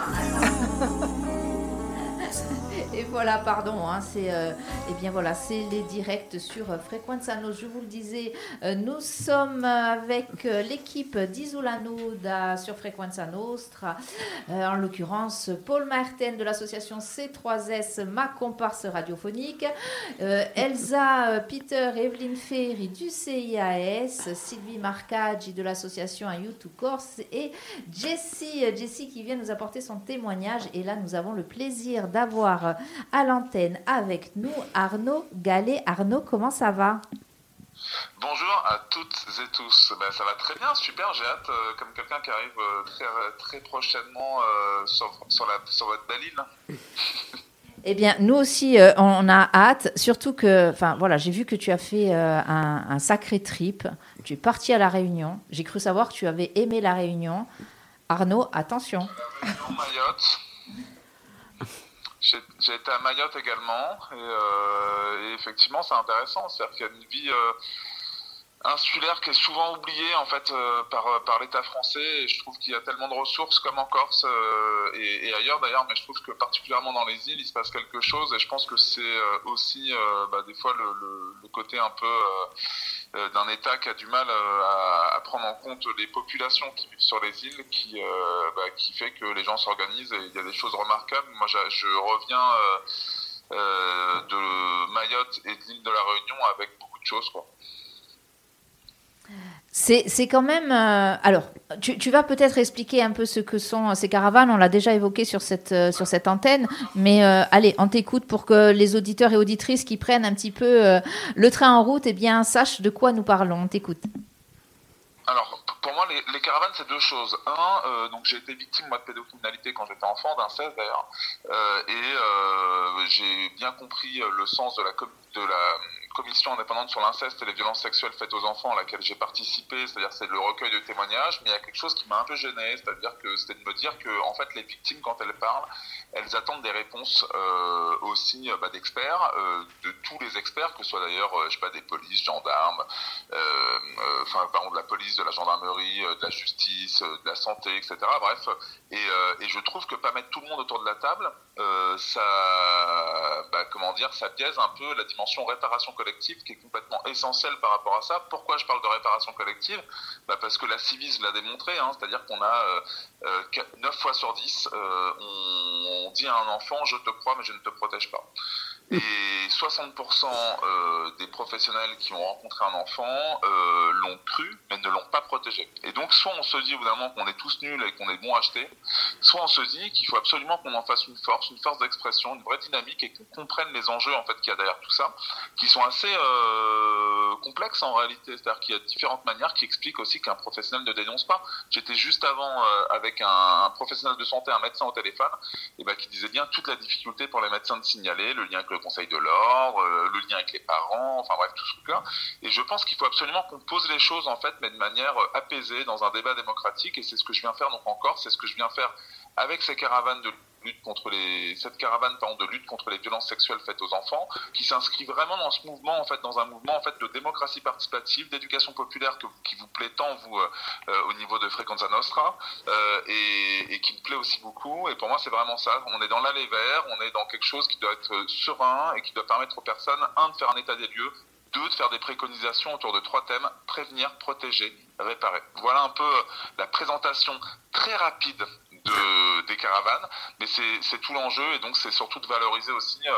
Et voilà, pardon, hein, c'est, euh, eh bien voilà, c'est les directs sur euh, Frequenza Nostra. Je vous le disais, euh, nous sommes avec euh, l'équipe d'Isola Nuda sur Frequenza Nostra, euh, en l'occurrence Paul Martin de l'association C trois S, ma comparse radiophonique, euh, Elsa, euh, Peter, Evelyne Ferry du C I A S, Sylvie Marcaggi de l'association Aiuto Corse et Jessie, euh, Jessie qui vient nous apporter son témoignage. Et là, nous avons le plaisir d'avoir euh, à l'antenne avec nous Arnaud Gallet. Arnaud, comment ça va ? Bonjour à toutes et tous. Ben, ça va très bien, super. J'ai hâte, euh, comme quelqu'un qui arrive euh, très, très prochainement euh, sur, sur, la, sur votre belle île. Eh bien, nous aussi, euh, on a hâte. Surtout que, enfin, voilà, j'ai vu que tu as fait euh, un, un sacré trip. Tu es parti à La Réunion. J'ai cru savoir que tu avais aimé La Réunion. Arnaud, attention. La Réunion, Mayotte. J'ai, j'ai été à Mayotte également, et, euh, et effectivement c'est intéressant, c'est-à-dire qu'il y a une vie euh, insulaire qui est souvent oubliée en fait euh, par, par l'État français, et je trouve qu'il y a tellement de ressources comme en Corse euh, et, et ailleurs d'ailleurs, mais je trouve que particulièrement dans les îles il se passe quelque chose, et je pense que c'est euh, aussi euh, bah, des fois le, le, le côté un peu euh, euh, d'un État qui a du mal euh, à, à prendre en compte les populations qui vivent sur les îles, qui, euh, bah, qui fait que les gens s'organisent et il y a des choses remarquables. Moi je, je reviens euh, euh, de Mayotte et de l'île de la Réunion avec beaucoup de choses, quoi. C'est, c'est quand même... Euh, alors, tu, tu vas peut-être expliquer un peu ce que sont ces caravanes. On l'a déjà évoqué sur cette, euh, sur cette antenne. Mais euh, allez, on t'écoute pour que les auditeurs et auditrices qui prennent un petit peu euh, le train en route eh bien, sachent de quoi nous parlons. On t'écoute. Alors, pour moi, les, les caravanes, c'est deux choses. Un, euh, donc j'ai été victime, moi, de pédocriminalité quand j'étais enfant, d'inceste d'ailleurs. Euh, et euh, j'ai bien compris le sens de la, com- de la commission indépendante sur l'inceste et les violences sexuelles faites aux enfants à laquelle j'ai participé, c'est-à-dire c'est le recueil de témoignages, mais il y a quelque chose qui m'a un peu gêné, c'est-à-dire que c'était de me dire que en fait les victimes quand elles parlent, elles attendent des réponses euh, aussi bah, d'experts, euh, de tous les experts, que ce soit d'ailleurs euh, je sais pas des polices, gendarmes, euh, euh, enfin pardon de la police, de la gendarmerie, euh, de la justice, euh, de la santé, et cetera. Bref, et, euh, et je trouve que pas mettre tout le monde autour de la table, euh, ça, bah, comment dire, ça biaise un peu la dimension réparation collective qui est complètement essentielle par rapport à ça. Pourquoi je parle de réparation collective ? Bah parce que la civisme l'a démontré, hein, c'est-à-dire qu'on a euh, euh, neuf fois sur dix, euh, on, on dit à un enfant « je te crois mais je ne te protège pas ». Et soixante pour cent euh, des professionnels qui ont rencontré un enfant euh, l'ont cru, mais ne l'ont pas protégé. Et donc, soit on se dit évidemment qu'on est tous nuls et qu'on est bons à acheter, soit on se dit qu'il faut absolument qu'on en fasse une force, une force d'expression, une vraie dynamique, et qu'on comprenne les enjeux en fait qu'il y a derrière tout ça, qui sont assez euh, complexes en réalité. C'est-à-dire qu'il y a différentes manières qui expliquent aussi qu'un professionnel ne dénonce pas. J'étais juste avant euh, avec un, un professionnel de santé, un médecin au téléphone, et ben, qui disait bien toute la difficulté pour les médecins de signaler, le lien avec le conseil de l'ordre, euh, le lien avec les parents, enfin bref, tout ce truc-là. Et je pense qu'il faut absolument qu'on pose les choses, en fait, mais de manière euh, apaisée, dans un débat démocratique, et c'est ce que je viens faire donc en Corse, c'est ce que je viens faire avec ces caravanes de lutte contre les, cette caravane pardon, de lutte contre les violences sexuelles faites aux enfants, qui s'inscrit vraiment dans ce mouvement, en fait, dans un mouvement en fait de démocratie participative, d'éducation populaire que, qui vous plaît tant vous euh, euh, au niveau de Frequenza Nostra, euh, et, et qui me plaît aussi beaucoup. Et pour moi, c'est vraiment ça. On est dans l'aller vers, on est dans quelque chose qui doit être serein et qui doit permettre aux personnes, un, de faire un état des lieux, deux, de faire des préconisations autour de trois thèmes: prévenir, protéger, réparer. Voilà un peu la présentation très rapide de, des caravanes, mais c'est, c'est tout l'enjeu, et donc c'est surtout de valoriser aussi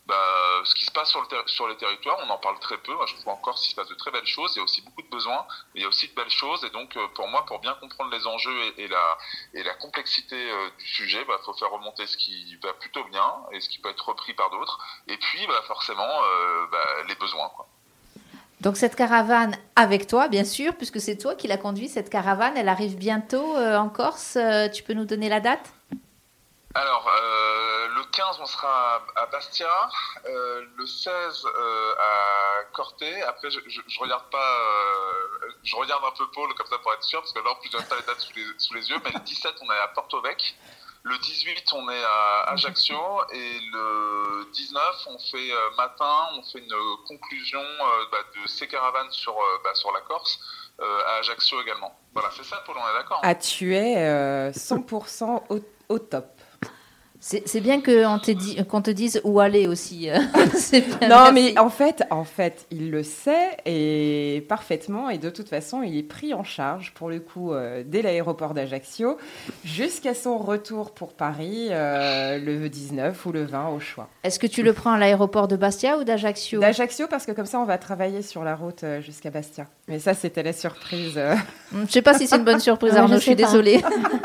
bah, ce qui se passe sur, le ter- sur les territoires, on en parle très peu. Moi, je trouve qu'en Corse, il se passe de très belles choses. Il y a aussi beaucoup de besoins, mais il y a aussi de belles choses. Et donc, euh, pour moi, pour bien comprendre les enjeux et, et, la, et la complexité euh, du sujet, bah, faut faire remonter ce qui va plutôt bien et ce qui peut être repris par d'autres. Et puis, bah, forcément, euh, bah, les besoins, quoi. Donc cette caravane avec toi, bien sûr, puisque c'est toi qui l'as conduit, cette caravane, elle arrive bientôt euh, en Corse. Euh, tu peux nous donner la date ? Alors, euh, le quinze, on sera à Bastia, euh, le seize euh, à Corté. Après, je, je, je regarde pas, euh, je regarde un peu Paul comme ça pour être sûr, parce que là, en plus, j'ai pas les dates sous les, sous les yeux. Mais le dix-sept, on est à Porto Vecchio. Le dix-huit, on est à Ajaccio, et le dix-neuf, on fait euh, matin, on fait une conclusion euh, bah, de ces caravanes sur euh, bah, sur la Corse, euh, à Ajaccio également. Voilà, c'est ça, Paul, on est d'accord. Ah, tu es euh, cent pour cent au, au top. C'est, c'est bien qu'on te, dit, qu'on te dise où aller aussi. C'est bien, non, merci. mais en fait, en fait, il le sait et parfaitement, et de toute façon, il est pris en charge pour le coup euh, dès l'aéroport d'Ajaccio jusqu'à son retour pour Paris euh, le dix-neuf ou le vingt au choix. Est-ce que tu le prends à l'aéroport de Bastia ou d'Ajaccio ? D'Ajaccio, parce que comme ça, on va travailler sur la route euh, jusqu'à Bastia. Mais ça, c'était la surprise. Euh... Je ne sais pas si c'est une bonne surprise, Ouais, Arnaud, je je suis sais pas. désolée.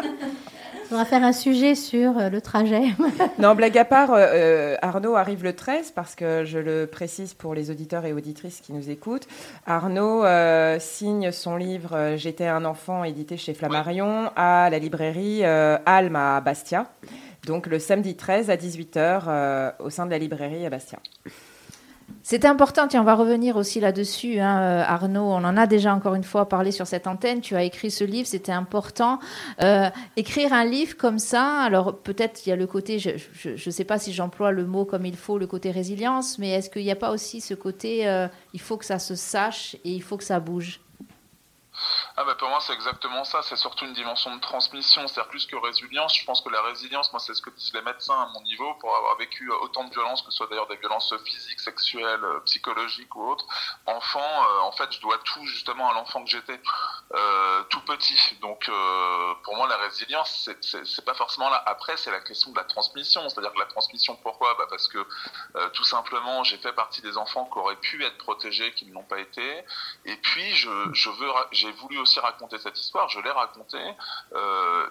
On va faire un sujet sur euh, le trajet. Non, blague à part, euh, Arnaud arrive le treize, parce que je le précise pour les auditeurs et auditrices qui nous écoutent. Arnaud euh, signe son livre euh, « J'étais un enfant » édité chez Flammarion à la librairie euh, Alme à Bastia. Donc le samedi treize à dix-huit heures euh, au sein de la librairie à Bastia. C'est important, tiens, on va revenir aussi là-dessus, hein, Arnaud, on en a déjà encore une fois parlé sur cette antenne, tu as écrit ce livre, c'était important. Euh, écrire un livre comme ça, alors peut-être il y a le côté, je ne sais pas si j'emploie le mot comme il faut, le côté résilience, mais est-ce qu'il n'y a pas aussi ce côté, euh, il faut que ça se sache et il faut que ça bouge ? Ah bah pour moi c'est exactement ça, c'est surtout une dimension de transmission, c'est-à-dire plus que résilience. Je pense que la résilience, moi c'est ce que disent les médecins à mon niveau, pour avoir vécu autant de violences, que ce soit d'ailleurs des violences physiques, sexuelles, psychologiques ou autres. Enfant, euh, en fait je dois tout justement à l'enfant que j'étais, euh, tout petit. Donc euh, pour moi la résilience c'est, c'est, c'est pas forcément là. Après c'est la question de la transmission, c'est-à-dire que la transmission pourquoi ? Bah parce que euh, tout simplement j'ai fait partie des enfants qui auraient pu être protégés, qui ne l'ont pas été. Et puis je, je veux, j'ai voulu aussi raconter cette histoire, je l'ai racontée, euh,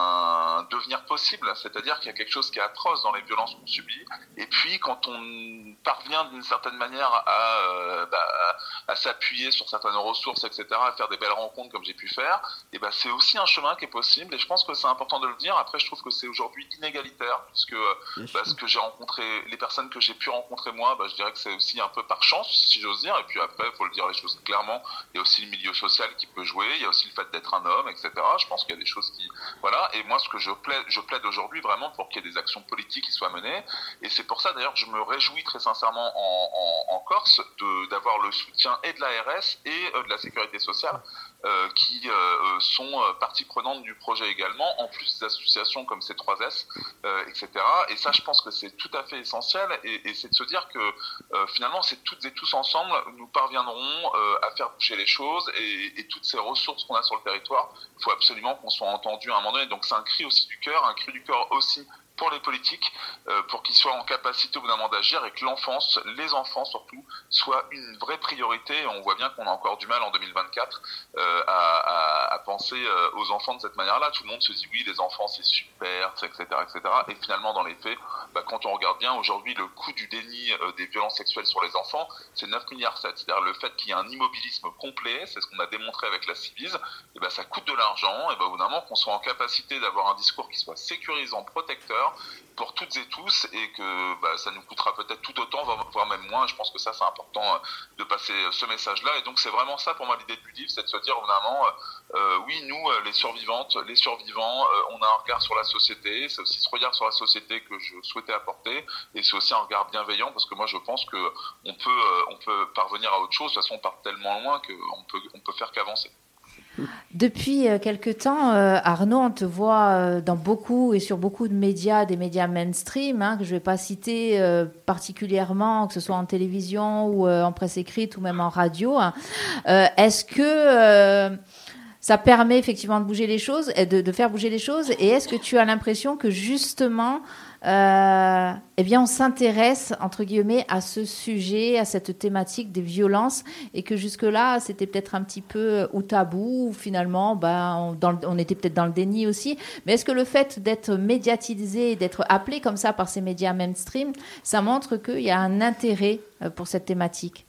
d'un devenir possible, c'est-à-dire qu'il y a quelque chose qui est atroce dans les violences qu'on subit, et puis quand on parvient d'une certaine manière à, euh, bah, à, à s'appuyer sur certaines ressources, et cetera, à faire des belles rencontres comme j'ai pu faire, et ben c'est aussi un chemin qui est possible, et je pense que c'est important de le dire. Après je trouve que c'est aujourd'hui inégalitaire, puisque bah, ce que j'ai rencontré, les personnes que j'ai pu rencontrer moi, bah, je dirais que c'est aussi un peu par chance, si j'ose dire, et puis après il faut le dire les choses clairement, il y a aussi le milieu social qui peut jouer, il y a aussi le fait d'être un homme, et cetera. Je pense qu'il y a des choses qui... Voilà, et moi ce que je plaide, je plaide aujourd'hui vraiment pour qu'il y ait des actions politiques qui soient menées, et c'est pour ça d'ailleurs que je me réjouis très sincèrement en, en, en Corse de, d'avoir le soutien et de l'A R S et euh, de la sécurité sociale, euh, qui euh, sont euh, partie prenante du projet également, en plus des associations comme C trois S, euh, et cetera. Et ça je pense que c'est tout à fait essentiel, et, et c'est de se dire que euh, finalement c'est toutes et tous ensemble, nous parviendrons euh, à faire bouger les choses, et, et toutes ces ressources qu'on a sur le territoire, il faut absolument qu'on soit entendu à un moment donné. Donc c'est un cri aussi du cœur, un cri du cœur aussi pour les politiques, euh, pour qu'ils soient en capacité au bout d'un moment d'agir, et que l'enfance, les enfants surtout, soient une vraie priorité. On voit bien qu'on a encore du mal en deux mille vingt-quatre euh, à, à, à penser euh, aux enfants de cette manière-là. Tout le monde se dit oui, les enfants c'est super, et cetera, et cetera. Et finalement dans les faits, bah, quand on regarde bien aujourd'hui le coût du déni euh, des violences sexuelles sur les enfants, c'est neuf virgule sept milliards. C'est-à-dire le fait qu'il y ait un immobilisme complet, c'est ce qu'on a démontré avec la Civis, et bah, ça coûte de l'argent, et bah, au bout d'un moment qu'on soit en capacité d'avoir un discours qui soit sécurisant, protecteur, pour toutes et tous, et que bah, ça nous coûtera peut-être tout autant, voire même moins. Je pense que ça c'est important euh, de passer ce message-là, et donc c'est vraiment ça pour moi l'idée du livre, c'est de se dire vraiment euh, oui, nous euh, les survivantes, les survivants, euh, on a un regard sur la société, c'est aussi ce regard sur la société que je souhaitais apporter, et c'est aussi un regard bienveillant, parce que moi je pense que on peut, euh, on peut parvenir à autre chose. De toute façon on part tellement loin qu'on peut, on peut faire qu'avancer. Depuis euh, quelque temps, euh, Arnaud, on te voit euh, dans beaucoup et sur beaucoup de médias, des médias mainstream, hein, que je ne vais pas citer euh, particulièrement, que ce soit en télévision ou euh, en presse écrite ou même en radio. Hein. Euh, est-ce que euh, ça permet effectivement de bouger les choses, de, de faire bouger les choses. Et est-ce que tu as l'impression que justement, euh, eh bien, on s'intéresse entre guillemets à ce sujet, à cette thématique des violences, et que jusque-là, c'était peut-être un petit peu ou tabou, ou finalement, ben, on, dans le, on était peut-être dans le déni aussi. Mais est-ce que le fait d'être médiatisé, d'être appelé comme ça par ces médias mainstream, ça montre qu'il y a un intérêt pour cette thématique?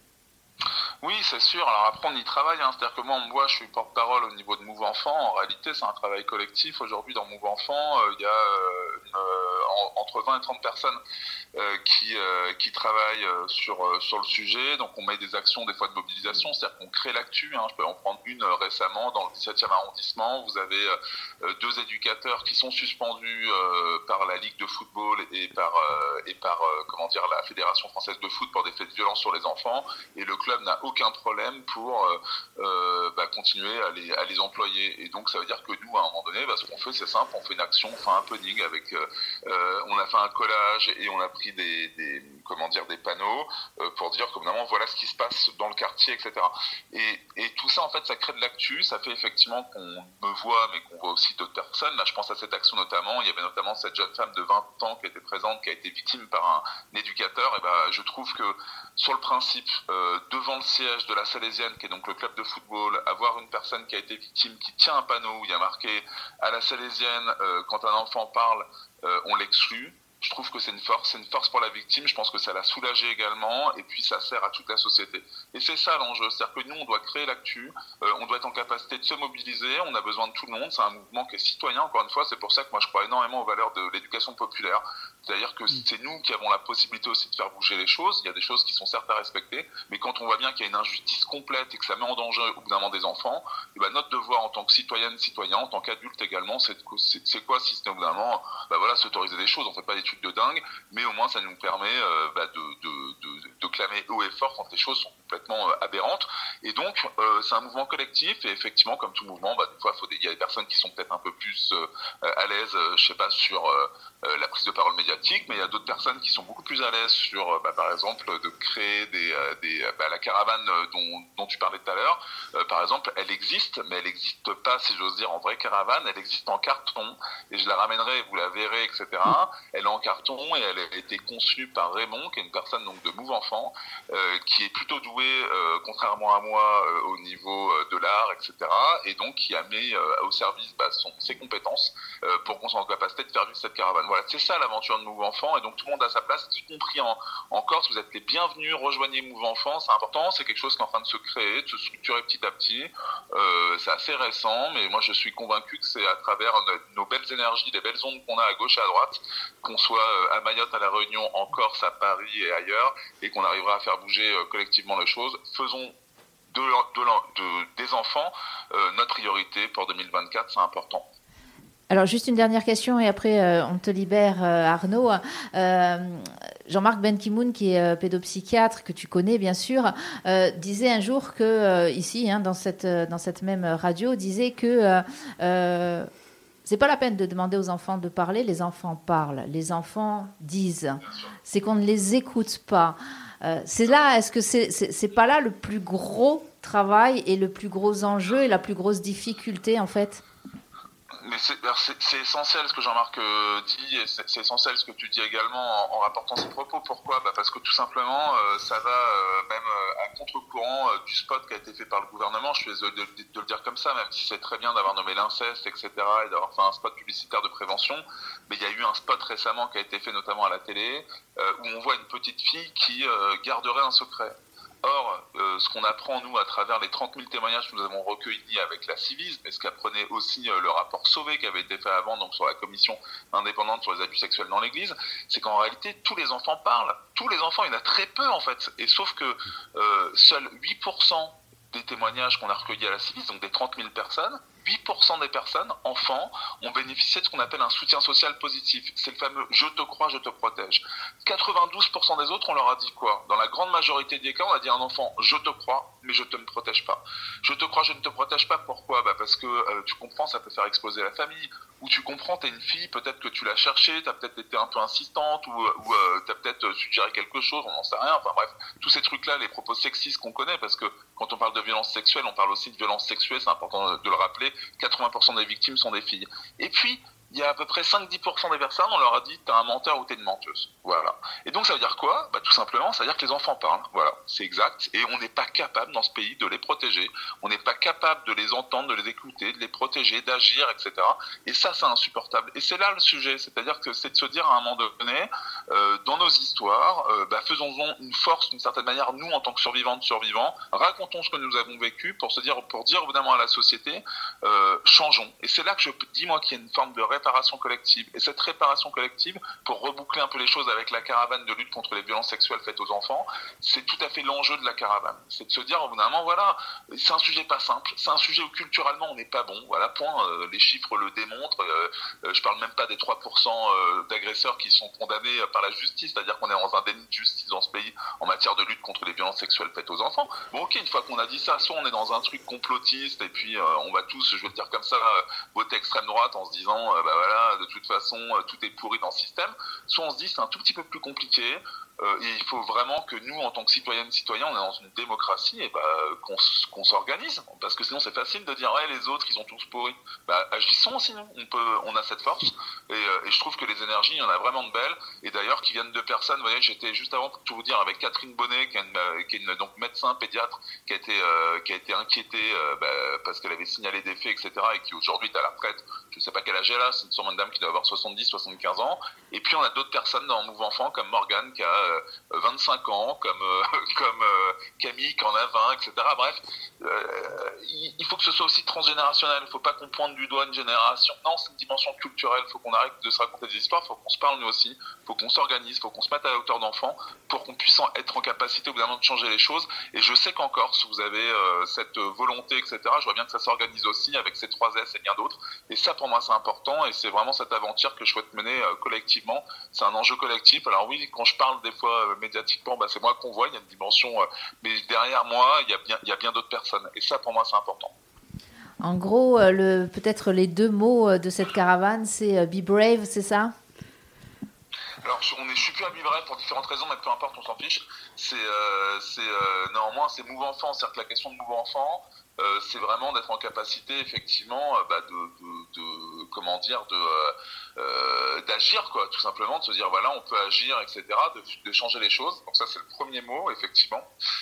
Oui, c'est sûr. Alors après, on y travaille. Hein. C'est-à-dire que moi, moi, je suis porte-parole au niveau de Move Enfant. En réalité, c'est un travail collectif. Aujourd'hui, dans Move Enfant, euh, il y a euh, une, euh, entre vingt et trente personnes euh, qui, euh, qui travaillent euh, sur, euh, sur le sujet. Donc, on met des actions, des fois, de mobilisation. C'est-à-dire qu'on crée l'actu. Hein. Je peux en prendre une euh, récemment dans le dix-septième arrondissement. Vous avez euh, deux éducateurs qui sont suspendus euh, par la Ligue de football et par, euh, et par euh, comment dire, la Fédération française de foot pour des faits de violence sur les enfants. Et le club n'a aucun problème pour euh, euh, bah, continuer à les, à les employer. Et donc, ça veut dire que nous, à un moment donné, bah, ce qu'on fait, c'est simple, on fait une action, on fait un punning avec, euh, euh, on a fait un collage et on a pris des, des comment dire, des panneaux euh, pour dire, comme vraiment, voilà ce qui se passe dans le quartier, et cetera. Et, et tout ça, en fait, ça crée de l'actu, ça fait effectivement qu'on me voit, mais qu'on voit aussi d'autres personnes. Là, je pense à cette action notamment, il y avait notamment cette jeune femme de vingt ans qui était présente, qui a été victime par un, un éducateur. Et bah, je trouve que, sur le principe, euh, devant le siège de la Salésienne, qui est donc le club de football, avoir une personne qui a été victime, qui tient un panneau où il y a marqué « À la Salésienne, euh, quand un enfant parle, euh, on l'exclut », je trouve que c'est une force, c'est une force pour la victime, je pense que ça l'a soulagée également, et puis ça sert à toute la société. Et c'est ça l'enjeu, c'est-à-dire que nous, on doit créer l'actu, euh, on doit être en capacité de se mobiliser, on a besoin de tout le monde, c'est un mouvement qui est citoyen, encore une fois, c'est pour ça que moi je crois énormément aux valeurs de l'éducation populaire, c'est-à-dire que c'est nous qui avons la possibilité aussi de faire bouger les choses, il y a des choses qui sont certes à respecter, mais quand on voit bien qu'il y a une injustice complète et que ça met en danger au bout d'un moment des enfants, et ben notre devoir en tant que citoyenne, citoyen, en tant qu'adulte également, c'est, c'est, c'est quoi si c'est au bout d'un moment, ben voilà, s'autoriser des choses, on fait pas des trucs de dingue, mais au moins ça nous permet euh, bah, de, de, de, de clamer haut et fort quand les choses sont complètement euh, aberrantes. Et donc euh, c'est un mouvement collectif, et effectivement comme tout mouvement, bah, des fois faut des, il y a des personnes qui sont peut-être un peu plus euh, à l'aise, euh, je sais pas, sur euh, euh, la prise de parole médiatique, mais il y a d'autres personnes qui sont beaucoup plus à l'aise sur, euh, bah, par exemple, de créer des, euh, des bah, la caravane dont, dont tu parlais tout à l'heure. Euh, par exemple, elle existe, mais elle n'existe pas, si j'ose dire, en vraie caravane. Elle existe en carton, et je la ramènerai, vous la verrez, et cetera. Elle est en carton et elle a été conçue par Raymond, qui est une personne donc de Move Enfant, euh, qui est plutôt doué, euh, contrairement à moi, euh, au niveau euh, de l'art, et cetera. Et donc qui a mis euh, au service bah, son, ses compétences euh, pour qu'on soit en capacité de faire vivre cette caravane. Voilà, c'est ça l'aventure de Move Enfant, et donc tout le monde a sa place, y compris en, en Corse. Vous êtes les bienvenus, rejoignez Move Enfant, c'est important, c'est quelque chose qui est en train de se créer, de se structurer petit à petit. Euh, c'est assez récent, mais moi je suis convaincu que c'est à travers nos, nos belles énergies, les belles ondes qu'on a à gauche et à droite, qu'on soit à Mayotte, à La Réunion, en Corse, à Paris et ailleurs, et qu'on arrivera à faire bouger euh, collectivement les choses. Faisons de, de, de, des enfants euh, notre priorité pour deux mille vingt-quatre, c'est important. Alors, juste une dernière question et après, euh, on te libère, euh, Arnaud. Euh, Jean-Marc Ben-Ki-moon, qui est euh, pédopsychiatre, que tu connais bien sûr, euh, disait un jour que, euh, ici, hein, dans, cette, dans cette même radio, disait que euh, euh, c'est pas la peine de demander aux enfants de parler, les enfants parlent, les enfants disent. C'est qu'on ne les écoute pas. Euh, c'est là, est-ce que c'est, c'est, c'est pas là le plus gros travail et le plus gros enjeu et la plus grosse difficulté, en fait ? Mais c'est, c'est, c'est essentiel ce que Jean-Marc euh, dit, et c'est, c'est essentiel ce que tu dis également en, en rapportant ses propos. Pourquoi ? Bah parce que tout simplement, euh, ça va euh, même euh, à contre-courant euh, du spot qui a été fait par le gouvernement. Je suis désolé de, de, de le dire comme ça, même si c'est très bien d'avoir nommé l'inceste, et cetera, et d'avoir fait un spot publicitaire de prévention. Mais il y a eu un spot récemment qui a été fait notamment à la télé, euh, où on voit une petite fille qui euh, garderait un secret. Or, euh, ce qu'on apprend, nous, à travers les trente mille témoignages que nous avons recueillis avec la Civisme, et ce qu'apprenait aussi euh, le rapport Sauvé qui avait été fait avant, donc sur la commission indépendante sur les abus sexuels dans l'Église, c'est qu'en réalité, tous les enfants parlent. Tous les enfants, il y en a très peu, en fait. Et sauf que euh, seuls huit pour cent des témoignages qu'on a recueillis à la Civisme, donc des trente mille personnes, huit pour cent des personnes, enfants, ont bénéficié de ce qu'on appelle un soutien social positif. C'est le fameux « je te crois, je te protège ». quatre-vingt-douze pour cent des autres, on leur a dit quoi ? Dans la grande majorité des cas, on a dit à un enfant « je te crois, mais je ne te protège pas ». Je te crois, je ne te protège pas, pourquoi ? Bah parce parce que euh, tu comprends, ça peut faire exploser la famille, ou tu comprends, t'es une fille, peut-être que tu l'as cherchée, t'as peut-être été un peu insistante, ou, ou euh, t'as peut-être suggéré quelque chose, on n'en sait rien, enfin bref, tous ces trucs-là, les propos sexistes qu'on connaît, parce que quand on parle de violence sexuelle, on parle aussi de violence sexuelle, c'est important de le rappeler, quatre-vingts pour cent des victimes sont des filles. Et puis, il y a à peu près cinq à dix pour cent des personnes, on leur a dit t'es un menteur ou t'es une menteuse. Voilà. Et donc ça veut dire quoi ? Bah, tout simplement, ça veut dire que les enfants parlent. Voilà, c'est exact. Et on n'est pas capable dans ce pays de les protéger. On n'est pas capable de les entendre, de les écouter, de les protéger, d'agir, et cetera. Et ça, c'est insupportable. Et c'est là le sujet. C'est-à-dire que c'est de se dire à un moment donné, euh, dans nos histoires, euh, bah, faisons-en une force d'une certaine manière, nous en tant que survivantes, survivants, racontons ce que nous avons vécu pour se dire, pour dire évidemment à la société, euh, changeons. Et c'est là que je dis moi qu'il y a une forme de réparation collective. Et cette réparation collective, pour reboucler un peu les choses avec la caravane de lutte contre les violences sexuelles faites aux enfants, c'est tout à fait l'enjeu de la caravane. C'est de se dire, au bout d'un moment, voilà, c'est un sujet pas simple, c'est un sujet où culturellement on n'est pas bon, voilà, point, euh, les chiffres le démontrent, euh, euh, je parle même pas des trois pour cent euh, d'agresseurs qui sont condamnés par la justice, c'est-à-dire qu'on est dans un déni de justice dans ce pays en matière de lutte contre les violences sexuelles faites aux enfants. Bon ok, une fois qu'on a dit ça, soit on est dans un truc complotiste et puis euh, on va tous, je vais le dire comme ça, euh, voter extrême droite en se disant, euh, bah voilà, de toute façon, euh, tout est pourri dans le système, soit on se dit c'est un tout petit peu plus compliqué, euh, et il faut vraiment que nous, en tant que citoyennes, citoyens, on est dans une démocratie, et bah, qu'on, qu'on s'organise, parce que sinon c'est facile de dire ouais, les autres ils sont tous pourris. Bah, agissons aussi, nous, on peut, on a cette force, et, euh, et je trouve que les énergies, il y en a vraiment de belles, et d'ailleurs qui viennent de personnes. Vous voyez, j'étais juste avant pour tout vous dire avec Catherine Bonnet, qui est une, qui est une donc médecin pédiatre, qui a été, euh, qui a été inquiétée euh, bah, parce qu'elle avait signalé des faits, et cetera, et qui aujourd'hui est à la retraite. Je ne sais pas quel âge elle a, c'est une sûrement une dame qui doit avoir soixante-dix, soixante-quinze ans. Et puis on a d'autres personnes dans le mouvement enfant comme Morgane qui a euh, vingt-cinq ans, comme euh, comme euh, Camille qui en a vingt, et cetera. Bref, euh, il, il faut que ce soit aussi transgénérationnel. Il ne faut pas qu'on pointe du doigt une génération. Non, c'est une dimension culturelle. Il faut qu'on arrête de se raconter des histoires. Il faut qu'on se parle nous aussi. Il faut qu'on s'organise. Il faut qu'on se mette à la hauteur d'enfants pour qu'on puisse en être en capacité évidemment de changer les choses. Et je sais qu'en Corse, vous avez euh, cette volonté, et cetera. Je vois bien que ça s'organise aussi avec ces trois S et bien d'autres. Et ça, pour moi, c'est important. Et c'est vraiment cette aventure que je souhaite mener euh, collectivement. C'est un enjeu collectif. Alors oui, quand je parle des fois euh, médiatiquement, bah, c'est moi qu'on voit. Il y a une dimension, euh, mais derrière moi, il y a bien, il y a bien d'autres personnes. Et ça, pour moi, c'est important. En gros, euh, le, peut-être les deux mots de cette caravane, c'est euh, Be Brave, c'est ça ? Alors, on est, je suis plus à Be Brave pour différentes raisons, mais peu importe, on s'en fiche. C'est, euh, c'est euh, néanmoins, c'est Move Enfant. C'est-à-dire que la question de Move Enfant, euh, c'est vraiment d'être en capacité, effectivement, euh, bah, de, de, de, comment dire, de, euh, d'agir, quoi, tout simplement, de se dire, voilà, on peut agir, et cetera, de, de changer les choses. Donc ça, c'est le premier mot, effectivement.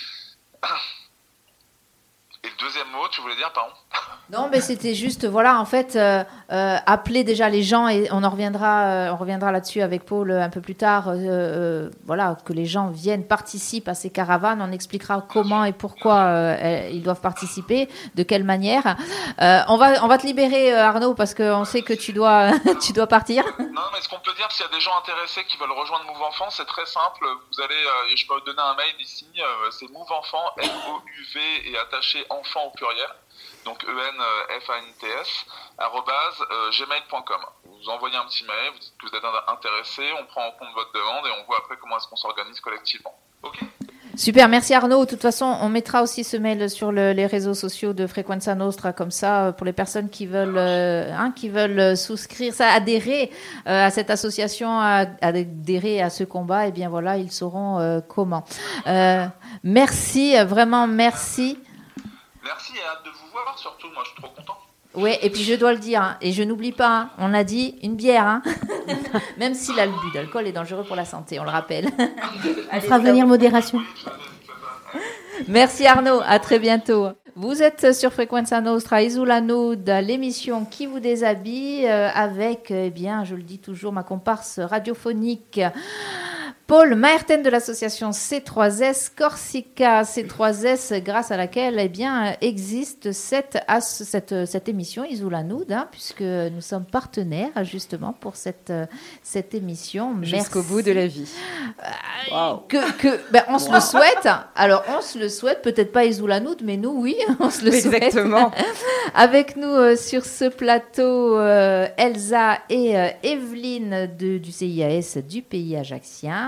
Et le deuxième mot, tu voulais dire, pardon ? Non, mais c'était juste, voilà, en fait, euh, euh, appeler déjà les gens, et on en reviendra, euh, on reviendra là-dessus avec Paul un peu plus tard, euh, euh, voilà, que les gens viennent, participent à ces caravanes, on expliquera comment et pourquoi euh, ils doivent participer, de quelle manière. Euh, on va, on va te libérer, Arnaud, parce qu'on sait que tu dois, tu dois partir. Non, mais ce qu'on peut dire, s'il y a des gens intéressés qui veulent rejoindre Move Enfant, c'est très simple. Vous allez, euh, je peux vous donner un mail ici, euh, c'est Move Enfant, M O U V et attaché enfant au pluriel. Donc E N F A N T S, arrobase gmail point com. Vous envoyez un petit mail, vous dites que vous êtes intéressé, on prend en compte votre demande et on voit après comment est-ce qu'on s'organise collectivement. Ok ? Super, merci Arnaud. De toute façon, on mettra aussi ce mail sur le, les réseaux sociaux de Frequenza Nostra, comme ça, pour les personnes qui veulent, euh, hein, qui veulent souscrire, ça, adhérer euh, à cette association, à, adhérer à ce combat. Et bien voilà, ils sauront euh, comment. Euh, merci, vraiment merci. Merci et hâte de vous voir, surtout, moi je suis trop content. Oui, et puis je dois le dire, hein, et je n'oublie pas, hein, on a dit une bière, hein, même si l'abus d'alcool est dangereux pour la santé, on le rappelle. On fera venir modération. Merci Arnaud, à très bientôt. Vous êtes sur Frequenza Nostra, Isola Nude, l'émission qui vous déshabille, euh, avec, eh bien, je le dis toujours, ma comparse radiophonique, Paul Maerten de l'association C trois S Corsica, C trois S, grâce à laquelle eh bien, existe cette, cette, cette émission Isola Nude, hein, puisque nous sommes partenaires justement pour cette, cette émission. Jusqu'au Merci. bout de la vie. Euh, Wow. que, que, ben, on se le souhaite. Alors, on se le souhaite, peut-être pas Isola Nude, mais nous, oui, on se le souhaite. Exactement. Avec nous euh, sur ce plateau, euh, Elsa et euh, Evelyne de, du C I A S du pays ajaccien.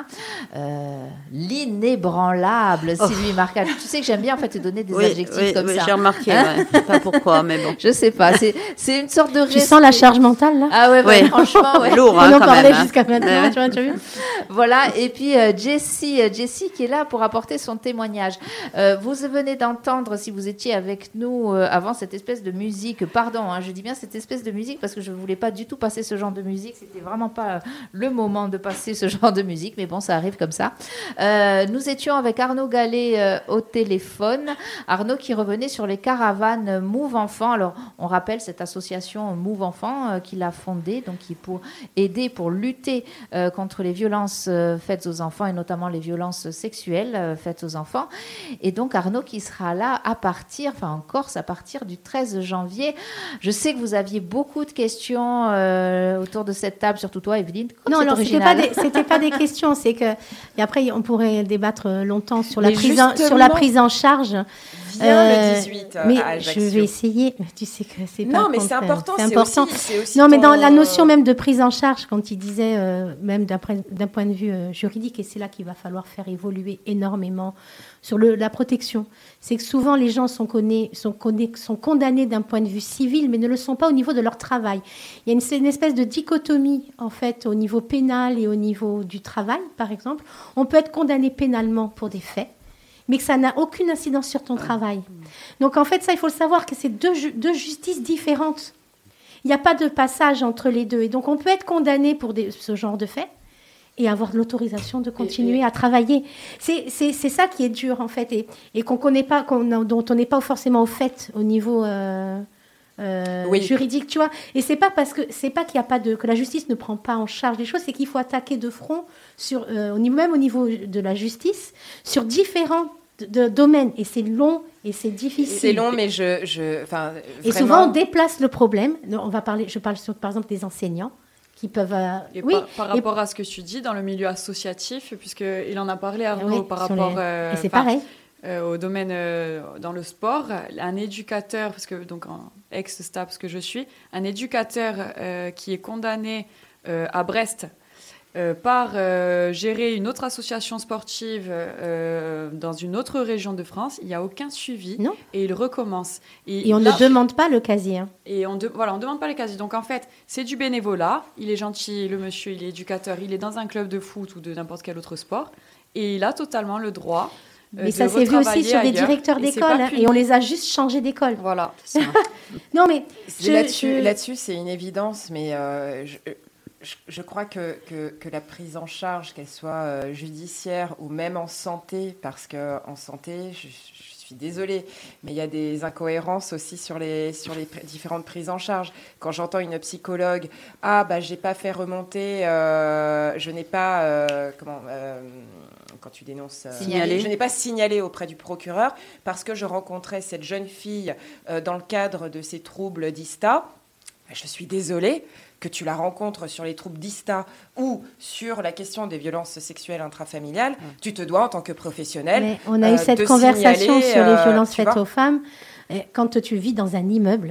Euh, l'inébranlable, Oh. Sylvie Marcal. Tu sais que j'aime bien en fait te donner des Oui, adjectifs oui, comme oui, ça. j'ai remarqué, Hein ouais. Je sais pas pourquoi, mais bon. Je sais pas, c'est, c'est une sorte de Tu sens la charge mentale, là? Ah ouais, ouais, Ouais. franchement, ouais. Lourd, On hein, en quand parlait même. hein. jusqu'à maintenant, Ouais, ouais. tu vois, tu as vu? Voilà, et puis euh, Jessie, euh, Jessie qui est là pour apporter son témoignage. Euh, vous venez d'entendre, si vous étiez avec nous euh, avant, cette espèce de musique, pardon, hein, je dis bien cette espèce de musique parce que je ne voulais pas du tout passer ce genre de musique, c'était vraiment pas euh, le moment de passer ce genre de musique, mais bon, ça arrive comme ça. Euh, nous étions avec Arnaud Gallet euh, au téléphone, Arnaud qui revenait sur les caravanes Move Enfants. Alors, on rappelle cette association Move Enfants euh, qu'il a fondée, donc qui pour aider, pour lutter euh, contre les violences euh, faites aux enfants et notamment les violences sexuelles euh, faites aux enfants. Et donc Arnaud qui sera là à partir, enfin en Corse à partir du treize janvier. Je sais que vous aviez beaucoup de questions euh, autour de cette table, surtout toi Evelyne. Comme Non, c'est alors c'était pas original. des, c'était pas des questions, c'est que et après on pourrait débattre longtemps sur la Mais prise en, justement, sur la prise en charge. Viens Euh, le dix-huit euh, mais à Ajaccio. je vais essayer. Tu sais que c'est pas Non, mais contre- c'est important. C'est C'est important. aussi, c'est aussi Non, mais dans ton- la notion même de prise en charge, quand il disait, euh, même d'un, point- d'un point de vue euh, juridique, et c'est là qu'il va falloir faire évoluer énormément sur le, la protection, c'est que souvent les gens sont, connus, sont, connus, sont condamnés d'un point de vue civil, mais ne le sont pas au niveau de leur travail. Il y a une, c'est une espèce de dichotomie, en fait, au niveau pénal et au niveau du travail, par exemple. On peut être condamné pénalement pour des faits, mais que ça n'a aucune incidence sur ton travail. Donc, en fait, ça, il faut le savoir que c'est deux, ju- deux justices différentes. Il n'y a pas de passage entre les deux. Et donc, on peut être condamné pour des- ce genre de faits et avoir l'autorisation de continuer Et- et- à travailler. C'est, c'est, c'est ça qui est dur, en fait, et, et qu'on connaît pas, qu'on, dont on n'est pas forcément au fait au niveau euh, euh, Oui. juridique, tu vois. Et c'est pas parce que c'est pas qu'il y a pas de que la justice ne prend pas en charge les choses, c'est qu'il faut attaquer de front sur euh, au niveau même au niveau de la justice sur différents de, de domaines. Et c'est long et c'est difficile. C'est long, mais je, je, enfin, Et vraiment- souvent, on déplace le problème. Non, on va parler, je parle sur, par exemple des enseignants qui peuvent... euh, Et oui, par, par et- rapport à ce que tu dis dans le milieu associatif, puisqu'il en a parlé Arnaud oui, par sur rapport les- euh, et c'est enfin, pareil. euh, au domaine euh, dans le sport, un éducateur, parce que donc en ex-STAPS que je suis, un éducateur euh, qui est condamné euh, à Brest euh, par euh, gérer une autre association sportive euh, dans une autre région de France, il n'y a aucun suivi Non. et il recommence. Et on là- ne demande pas le casier. hein. et on ne voilà, on demande pas les casiers. Donc en fait, c'est du bénévolat. Il est gentil, le monsieur, il est éducateur, il est dans un club de foot ou de n'importe quel autre sport. Et il a totalement le droit. euh, Mais de ça s'est vu aussi retravailler sur des ailleurs. directeurs Et c'est d'école. pas hein, puni. et on les a juste changés d'école. Voilà. Non, mais C'est je- Là-dessus, je- là-dessus, c'est une évidence, mais euh, je, je, je crois que, que, que la prise en charge, qu'elle soit euh, judiciaire ou même en santé, parce qu'en santé, je, je suis désolée, mais il y a des incohérences aussi sur les, sur les pr- différentes prises en charge. Quand j'entends une psychologue, ah, bah, j'ai pas fait remonter, euh, je n'ai pas, euh, comment, euh, quand tu dénonces, euh, Signalé. je n'ai pas signalé auprès du procureur parce que je rencontrais cette jeune fille euh, dans le cadre de ces troubles d'I S T A. Je suis désolée que tu la rencontres sur les troubles d'I S T A ou sur la question des violences sexuelles intrafamiliales. Tu te dois, en tant que professionnel, mais on a euh, eu cette de conversation signaler, sur les euh, violences tu faites vois. aux femmes. Et quand tu vis dans un immeuble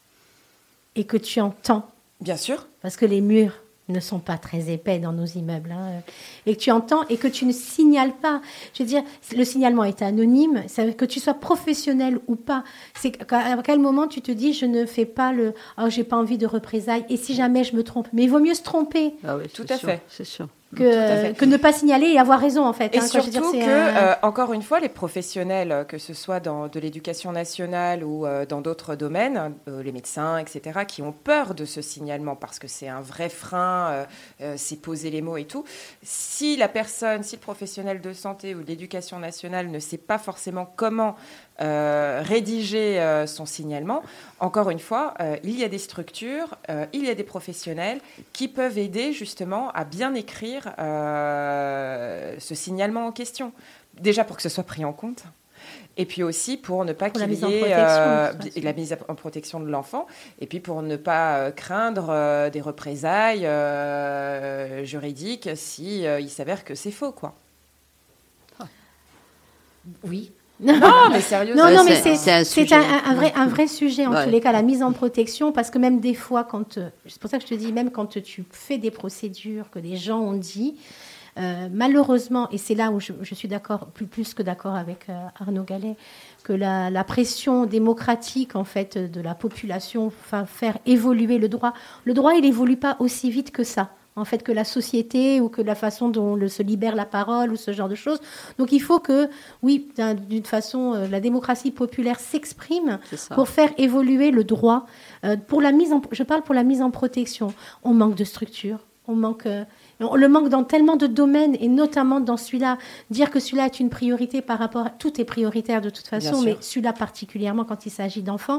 et que tu entends, Bien sûr. parce que les murs ne sont pas très épais dans nos immeubles, hein, et que tu entends et que tu ne signales pas. Je veux dire, le signalement est anonyme, ça veut que tu sois professionnel ou pas. C'est qu'à- à quel moment tu te dis, je ne fais pas le « oh, j'ai pas envie de représailles » et si jamais je me trompe. Mais il vaut mieux se tromper Ah oui, Tout c'est à sûr, fait. C'est sûr. que, à fait. que ne pas signaler et avoir raison, en fait. Et hein. Quand je veux surtout dire, que, c'est un- euh, encore une fois, les professionnels, euh, que ce soit dans de l'éducation nationale ou euh, dans d'autres domaines, euh, les médecins, et cetera, qui ont peur de ce signalement parce que c'est un vrai frein, euh, euh, c'est poser les mots et tout. Si la personne, si le professionnel de santé ou de l'éducation nationale ne sait pas forcément comment euh, rédiger euh, son signalement, encore une fois, euh, il y a des structures, euh, il y a des professionnels qui peuvent aider justement à bien écrire euh, ce signalement en question. Déjà pour que ce soit pris en compte. Et puis aussi pour ne pas Pour la qu'il mise en y ait protection, euh, de toute façon. la mise en protection de l'enfant. Et puis pour ne pas euh, craindre euh, des représailles euh, juridiques si euh, il s'avère que c'est faux, quoi. Oui. Non, mais sérieusement. Non, Ouais, non, mais c'est- c'est, c'est un c'est sujet. un, un vrai, un vrai sujet, en Ouais. tous les cas, la mise en protection, parce que même des fois, quand, euh, c'est pour ça que je te dis, même quand tu fais des procédures que des gens ont dit, Euh, malheureusement, et c'est là où je, je suis d'accord, plus, plus que d'accord avec euh, Arnaud Gallet, que la, la pression démocratique en fait de la population, enfin faire évoluer le droit. Le droit, il évolue pas aussi vite que ça, en fait, que la société ou que la façon dont le, se libère la parole ou ce genre de choses. Donc il faut que, oui, d'une façon, euh, la démocratie populaire s'exprime pour faire évoluer le droit. Euh, pour la mise en, je parle pour la mise en protection. On manque de structure, on manque. Euh, On le manque dans tellement de domaines, et notamment dans celui-là. Dire que celui-là est une priorité par rapport à... Tout est prioritaire de toute façon, mais celui-là particulièrement quand il s'agit d'enfants.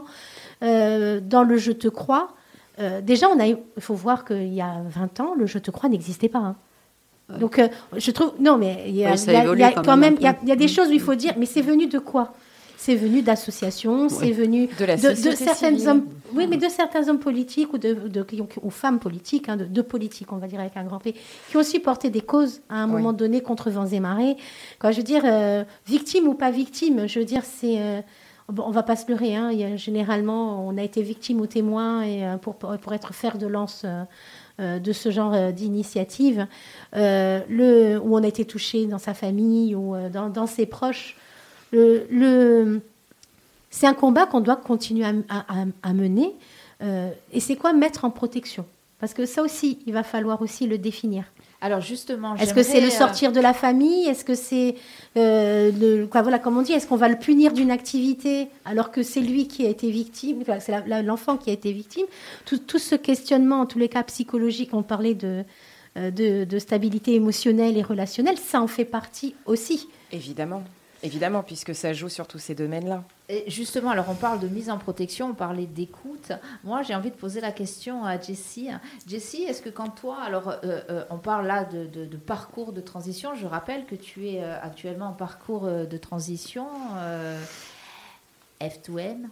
Euh, dans le « je te crois », euh, déjà, on a, il faut voir qu'il y a vingt ans, le « je te crois » n'existait pas. Hein. Ouais. Donc, euh, je trouve... Non, mais il y a, oui, il y a, il y a quand, quand même... Il y a, il y a des choses où il faut dire, mais c'est venu de quoi ? C'est venu d'associations, oui. c'est venu de, la de, de certains hommes, oui, mais de certains hommes politiques ou de, de, de ou femmes politiques, hein, de, de politiques, on va dire avec un grand P, qui ont aussi porté des causes à un oui. moment donné contre vents et marées. Quand je veux dire euh, victime ou pas victime, je veux dire c'est, euh, bon, on va pas se leurrer, hein, il y a, généralement on a été victime ou témoin et euh, pour pour être fer de lance. Euh, Euh, de ce genre euh, d'initiative, euh, le, où on a été touché dans sa famille ou euh, dans, dans ses proches. Le, le, c'est un combat qu'on doit continuer à, à, à mener. Euh, et c'est quoi mettre en protection ? Parce que ça aussi, il va falloir aussi le définir. Alors justement, est-ce que c'est le sortir de la famille ? Est-ce que c'est euh, le, quoi, voilà, comme on dit, est-ce qu'on va le punir d'une activité alors que c'est lui qui a été victime, c'est la, la, l'enfant qui a été victime ? Tout, tout ce questionnement, en tous les cas psychologiques, on parlait de, de, de stabilité émotionnelle et relationnelle, ça en fait partie aussi. Évidemment. Évidemment, puisque ça joue sur tous ces domaines-là. Et justement, alors on parle de mise en protection, on parlait d'écoute. Moi, j'ai envie de poser la question à Jessie. Jessie, est-ce que quand toi, alors euh, euh, on parle là de, de, de parcours de transition, je rappelle que tu es euh, actuellement en parcours euh, de transition euh, F deux M.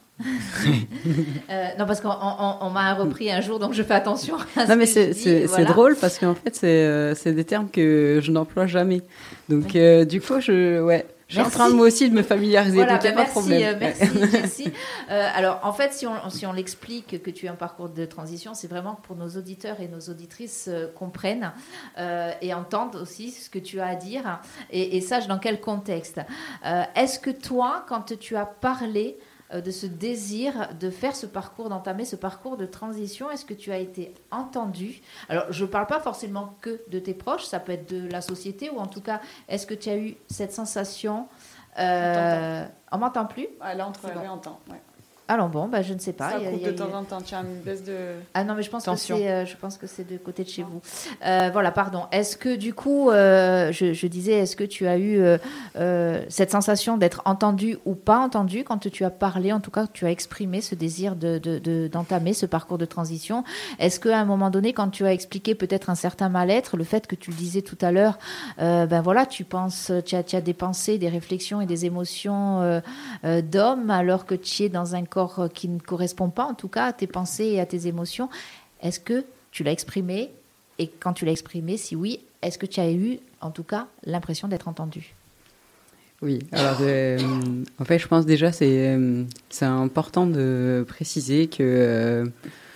euh, non, parce qu'on on, on m'a repris un jour, donc je fais attention à ce non, mais que c'est, je dis, c'est, voilà. c'est drôle parce qu'en fait, c'est, euh, c'est des termes que je n'emploie jamais. Donc, euh, du coup, je... Ouais. Je suis merci. en train, moi aussi, de me familiariser, voilà, donc il n'y a ben pas de merci, problème. Euh, merci, Jessie. Euh, alors, en fait, si on, si on l'explique que tu es en parcours de transition, c'est vraiment que pour nos auditeurs et nos auditrices euh, comprennent euh, et entendent aussi ce que tu as à dire et, et sachent dans quel contexte. Euh, est-ce que toi, quand tu as parlé euh, de ce désir de faire ce parcours, d'entamer ce parcours de transition, est-ce que tu as été entendu ? Alors, je ne parle pas forcément que de tes proches, ça peut être de la société, ou en tout cas, est-ce que tu as eu cette sensation euh, On m'entend plus ? Ah, là, on te réentend, ouais. Alors bon, bah, je ne sais pas. Ça il y a, coupe il y a, de temps en temps, tu as une baisse de Ah non, mais je pense tension. que c'est, euh, je pense que c'est de côté de chez non. vous. Euh, voilà, pardon. Est-ce que du coup, euh, je, je disais, est-ce que tu as eu euh, euh, cette sensation d'être entendu ou pas entendu quand tu as parlé, en tout cas, tu as exprimé ce désir de, de, de, d'entamer ce parcours de transition ? Est-ce qu'à un moment donné, quand tu as expliqué peut-être un certain mal-être, le fait que tu le disais tout à l'heure, euh, ben voilà, tu penses, tu as, tu as des pensées, des réflexions et des émotions euh, euh, d'homme, alors que tu es dans un corps qui ne correspond pas, en tout cas, à tes pensées et à tes émotions. Est-ce que tu l'as exprimé ? Et quand tu l'as exprimé, si oui, est-ce que tu as eu, en tout cas, l'impression d'être entendu ? Oui, alors euh, en fait, je pense déjà c'est euh, c'est important de préciser que euh,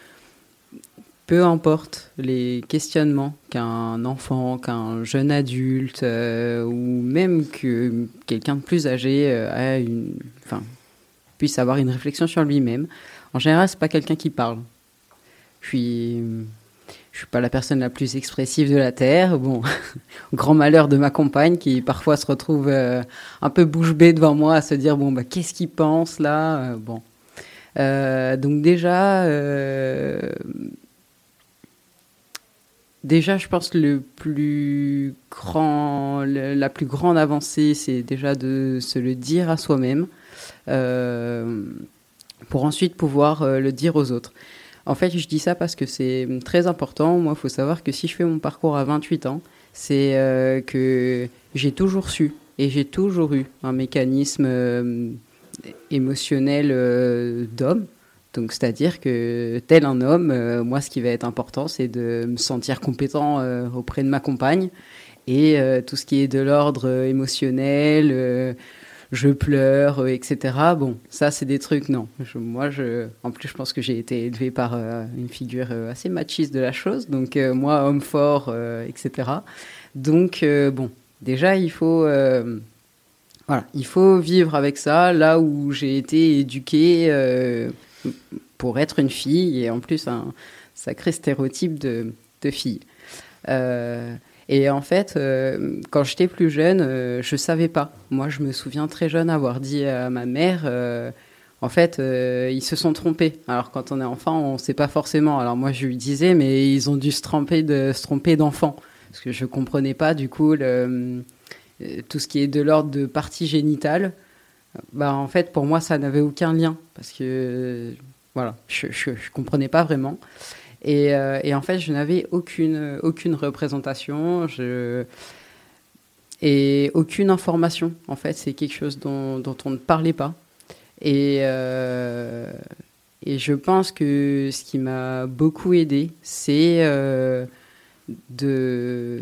peu importe les questionnements qu'un enfant, qu'un jeune adulte euh, ou même que quelqu'un de plus âgé euh, a une, enfin, puisse avoir une réflexion sur lui-même. En général, c'est pas quelqu'un qui parle. Je suis, je suis pas la personne la plus expressive de la terre. Bon, grand malheur de ma compagne qui parfois se retrouve euh, un peu bouche bée devant moi à se dire bon bah qu'est-ce qu'il pense là. Euh, bon, euh, donc déjà, euh, déjà, je pense que le plus grand, le, la plus grande avancée, c'est déjà de se le dire à soi-même. Euh, pour ensuite pouvoir euh, le dire aux autres. En fait, je dis ça parce que c'est très important. Moi, il faut savoir que si je fais mon parcours à vingt-huit ans, c'est euh, que j'ai toujours su et j'ai toujours eu un mécanisme euh, émotionnel euh, d'homme. Donc, c'est-à-dire que tel un homme, euh, moi, ce qui va être important, c'est de me sentir compétent euh, auprès de ma compagne. Et euh, tout ce qui est de l'ordre euh, émotionnel... Euh, je pleure, euh, et cetera. Bon, ça, c'est des trucs, non. Je, moi, je, en plus, je pense que j'ai été élevée par euh, une figure euh, assez machiste de la chose. Donc, euh, moi, homme fort, euh, et cetera. Donc, euh, bon, déjà, il faut, euh, voilà, il faut vivre avec ça, là où j'ai été éduquée euh, pour être une fille, et en plus, un sacré stéréotype de, de fille. Euh, Et en fait, euh, quand j'étais plus jeune, euh, je ne savais pas. Moi, je me souviens très jeune avoir dit à ma mère, euh, en fait, euh, ils se sont trompés. Alors, quand on est enfant, on ne sait pas forcément. Alors, moi, je lui disais, mais ils ont dû se tromper, de, se tromper d'enfant. Parce que je ne comprenais pas, du coup, le, euh, tout ce qui est de l'ordre de partie génitale. Bah, en fait, pour moi, ça n'avait aucun lien. Parce que, euh, voilà, je ne comprenais pas vraiment. Et, euh, et en fait, je n'avais aucune, aucune représentation je... et aucune information. En fait, c'est quelque chose dont, dont on ne parlait pas. Et, euh, et je pense que ce qui m'a beaucoup aidée, c'est euh, de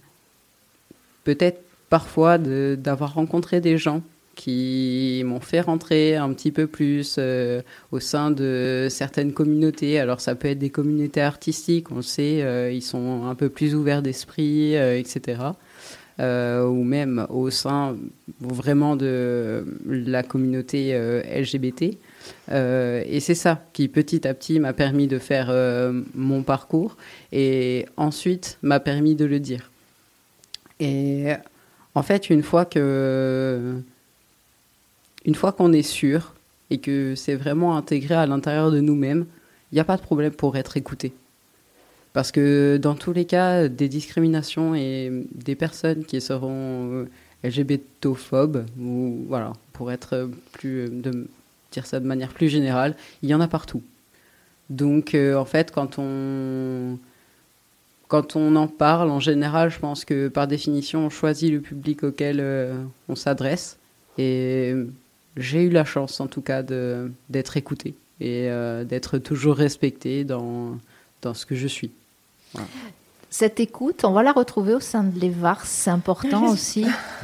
peut-être parfois de, d'avoir rencontré des gens qui m'ont fait rentrer un petit peu plus euh, au sein de certaines communautés. Alors, ça peut être des communautés artistiques, on le sait, euh, ils sont un peu plus ouverts d'esprit, euh, et cetera. Euh, ou même au sein vraiment de la communauté euh, L G B T. Euh, et c'est ça qui, petit à petit, m'a permis de faire euh, mon parcours et ensuite m'a permis de le dire. Et en fait, une fois que... Une fois qu'on est sûr et que c'est vraiment intégré à l'intérieur de nous-mêmes, il n'y a pas de problème pour être écouté. Parce que dans tous les cas, des discriminations et des personnes qui seront L G B T-phobes, ou voilà, pour être plus, de dire ça de manière plus générale, il y en a partout. Donc euh, en fait, quand on, quand on en parle, en général, je pense que par définition, on choisit le public auquel euh, on s'adresse. Et j'ai eu la chance, en tout cas, de, d'être écoutée et euh, d'être toujours respectée dans, dans ce que je suis. Voilà. Cette écoute, on va la retrouver au sein de l'Evars, c'est important aussi.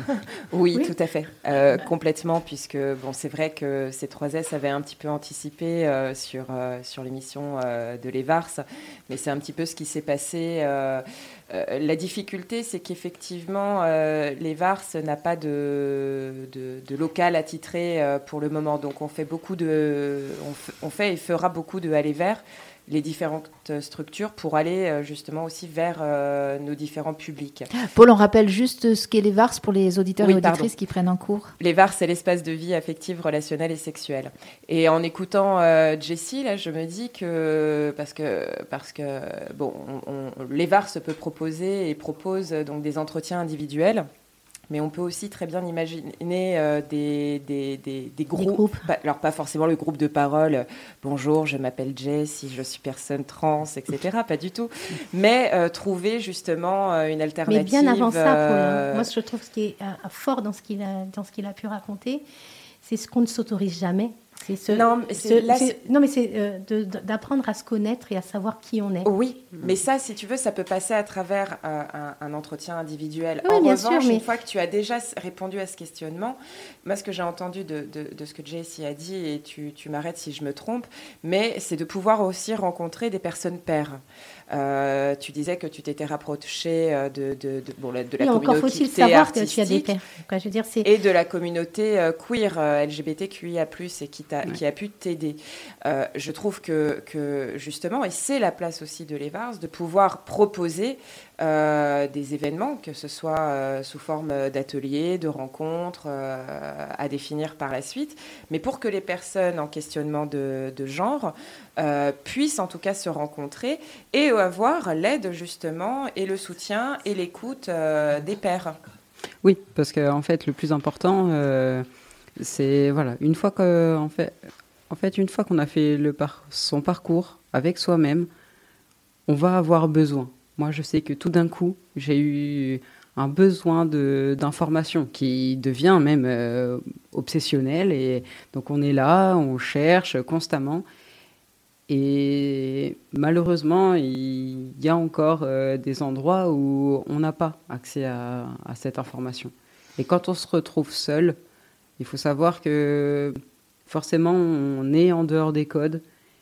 Oui, Oui. tout à fait, euh, complètement, puisque bon, c'est vrai que C trois S avait un petit peu anticipé euh, sur, euh, sur l'émission euh, de l'Evars, mais c'est un petit peu ce qui s'est passé. Euh, euh, la difficulté, c'est qu'effectivement, euh, l'Evars n'a pas de, de, de local attitré euh, pour le moment, donc on fait beaucoup de, on, f- on fait et fera beaucoup de aller vers les différentes structures pour aller justement aussi vers euh, nos différents publics. Paul, on rappelle juste ce qu'est les V A R S pour les auditeurs Oui, et auditrices pardon. qui prennent en cours. Les V A R, c'est l'espace de vie affective, relationnelle et sexuelle. Et en écoutant euh, Jessie, là, je me dis que, parce que, parce que bon, on, on, les V A R se peut proposer et propose donc des entretiens individuels. Mais on peut aussi très bien imaginer euh, des, des, des, des groupes. Des groupes. Pas, alors, pas forcément le groupe de parole, euh, bonjour, je m'appelle Jessie, je suis personne trans, et cetera. Pas du tout. Mais euh, trouver justement euh, une alternative. Mais bien avant ça, Paul, euh, hein. Moi, je trouve ce qui est euh, fort dans ce qu'il a, dans ce qu'il a pu raconter, c'est ce qu'on ne s'autorise jamais. C'est ce, Non, mais ce- c'est- là, c'est- c'est- non, mais c'est euh, de- de- d'apprendre à se connaître et à savoir qui on est. Oui, mais ça, si tu veux, ça peut passer à travers euh, un, un entretien individuel. Oui, en bien revanche, sûr, mais- une fois que tu as déjà s- répondu à ce questionnement, moi, ce que j'ai entendu de, de, de ce que Jessie a dit, et tu, tu m'arrêtes si je me trompe, mais c'est de pouvoir aussi rencontrer des personnes pairs. Euh, tu disais que tu t'étais rapproché euh, de, de, de, bon, la- de la Oui, encore communauté faut-il savoir que tu as des artistique pairs. Quoi, je veux dire, c'est et de la communauté euh, queer euh, L G B T Q I A plus, et qui, t'a, Ouais. qui a pu t'aider. Euh, je trouve que, que justement, et c'est la place aussi de l'Evars, de pouvoir proposer euh, des événements, que ce soit euh, sous forme d'ateliers, de rencontres, euh, à définir par la suite, mais pour que les personnes en questionnement de, de genre euh, puissent en tout cas se rencontrer et avoir l'aide justement et le soutien et l'écoute euh, des pairs. Oui, parce qu'en en fait, le plus important, euh, c'est voilà, une fois que, en fait, en fait, une fois qu'on a fait le par- son parcours avec soi-même, on va avoir besoin. Moi, je sais que tout d'un coup, j'ai eu un besoin de, d'information qui devient même euh, obsessionnel. Et donc, on est là, on cherche constamment. Et malheureusement, il y a encore euh, des endroits où on n'a pas accès à, à cette information. Et quand on se retrouve seul, Il faut savoir que forcément, on est en dehors des codes.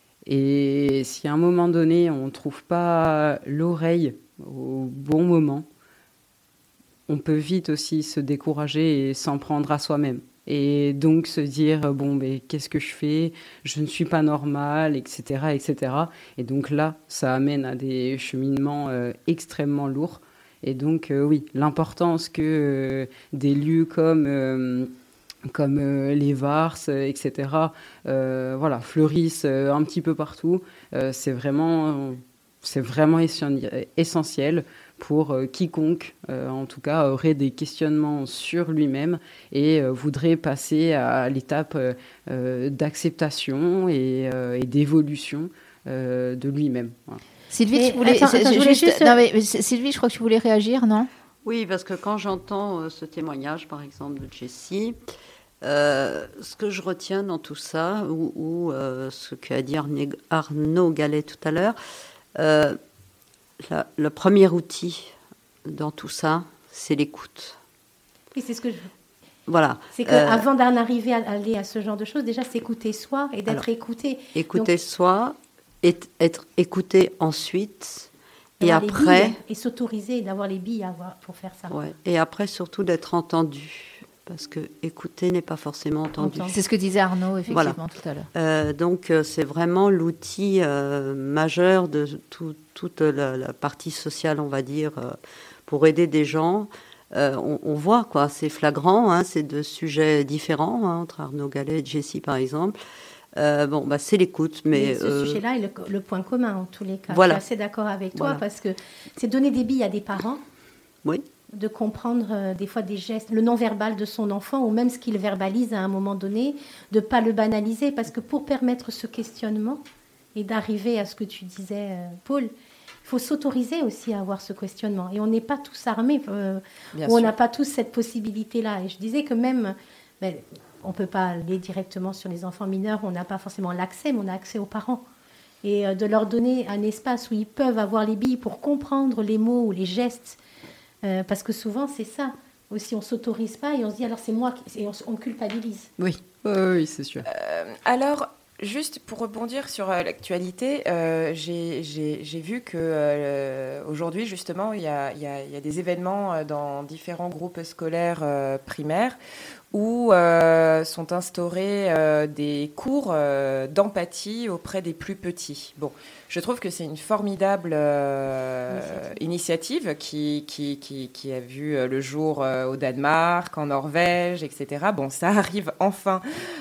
Et si à un moment donné, on ne trouve pas l'oreille au bon moment, on peut vite aussi se décourager et s'en prendre à soi-même. Et donc se dire, bon, mais qu'est-ce que je fais ? Je ne suis pas normale, et cetera, et cetera. Et donc là, ça amène à des cheminements euh, extrêmement lourds. Et donc, euh, oui, l'importance que euh, des lieux comme... Euh, comme euh, les Vars, euh, et cetera, euh, voilà, fleurissent euh, un petit peu partout. Euh, c'est vraiment, euh, c'est vraiment essentiel pour euh, quiconque, euh, en tout cas, aurait des questionnements sur lui-même et euh, voudrait passer à l'étape euh, euh, d'acceptation et, euh, et d'évolution euh, de lui-même. Voilà. Sylvie, Mais tu voulais, attends, attends, je voulais juste, juste- non, mais, Sylvie, je crois que tu voulais réagir, non ? Oui, parce que quand j'entends euh, ce témoignage, par exemple, de Jessie, euh, ce que je retiens dans tout ça, ou, ou euh, ce qu'a dit Arne- Arnaud Gallet tout à l'heure, euh, la- le premier outil dans tout ça, c'est l'écoute. Oui, c'est ce que je... Voilà. C'est Euh, qu'avant d'en arriver à aller à ce genre de choses, déjà, s'écouter soi et d'être Alors, écouté. écouter Donc, soi, et être écouté ensuite, et d'avoir les après, billes et s'autoriser et d'avoir les billes à avoir pour faire ça. ouais, et après surtout d'être entendu. Parce que écouter n'est pas forcément entendu. Entendu. C'est ce que disait Arnaud, effectivement, Voilà. tout à l'heure. Euh, donc euh, c'est vraiment l'outil euh, majeur de tout- toute la, la partie sociale, on va dire, euh, pour aider des gens. Euh, on, on voit, quoi, c'est flagrant, hein, c'est deux sujets différents, hein, entre Arnaud Gallet et Jessie, par exemple. Euh, bon, bah, c'est l'écoute, mais... Mais ce euh, sujet-là est le, le point commun en tous les cas. Voilà. Je suis assez d'accord avec toi Voilà. parce que c'est donner des billes à des parents, oui, de comprendre euh, des fois des gestes, le non-verbal de son enfant ou même ce qu'il verbalise à un moment donné, de ne pas le banaliser parce que pour permettre ce questionnement et d'arriver à ce que tu disais, euh, Paul, il faut s'autoriser aussi à avoir ce questionnement. Et on n'est pas tous armés, euh, Bien ou on sûr. n'a pas tous cette possibilité-là. Et je disais que même, ben, on ne peut pas aller directement sur les enfants mineurs, on n'a pas forcément l'accès, mais on a accès aux parents. Et euh, de leur donner un espace où ils peuvent avoir les billes pour comprendre les mots ou les gestes. Euh, parce que souvent, c'est ça. Aussi, on ne s'autorise pas et on se dit, alors c'est moi, qui... et on, s- on culpabilise. Oui, oui, oui, c'est sûr. Euh, alors, juste pour rebondir sur euh, l'actualité, euh, j'ai j'ai- j'ai vu que euh, aujourd'hui, justement, il y a, il y a- il y a des événements euh, dans différents groupes scolaires euh, primaires où euh, sont instaurés euh, des cours euh, d'empathie auprès des plus petits. Bon, je trouve que c'est une formidable euh, initiative qui, qui, qui, qui a vu euh, le jour euh, au Danemark, en Norvège, et cetera. Bon, ça arrive enfin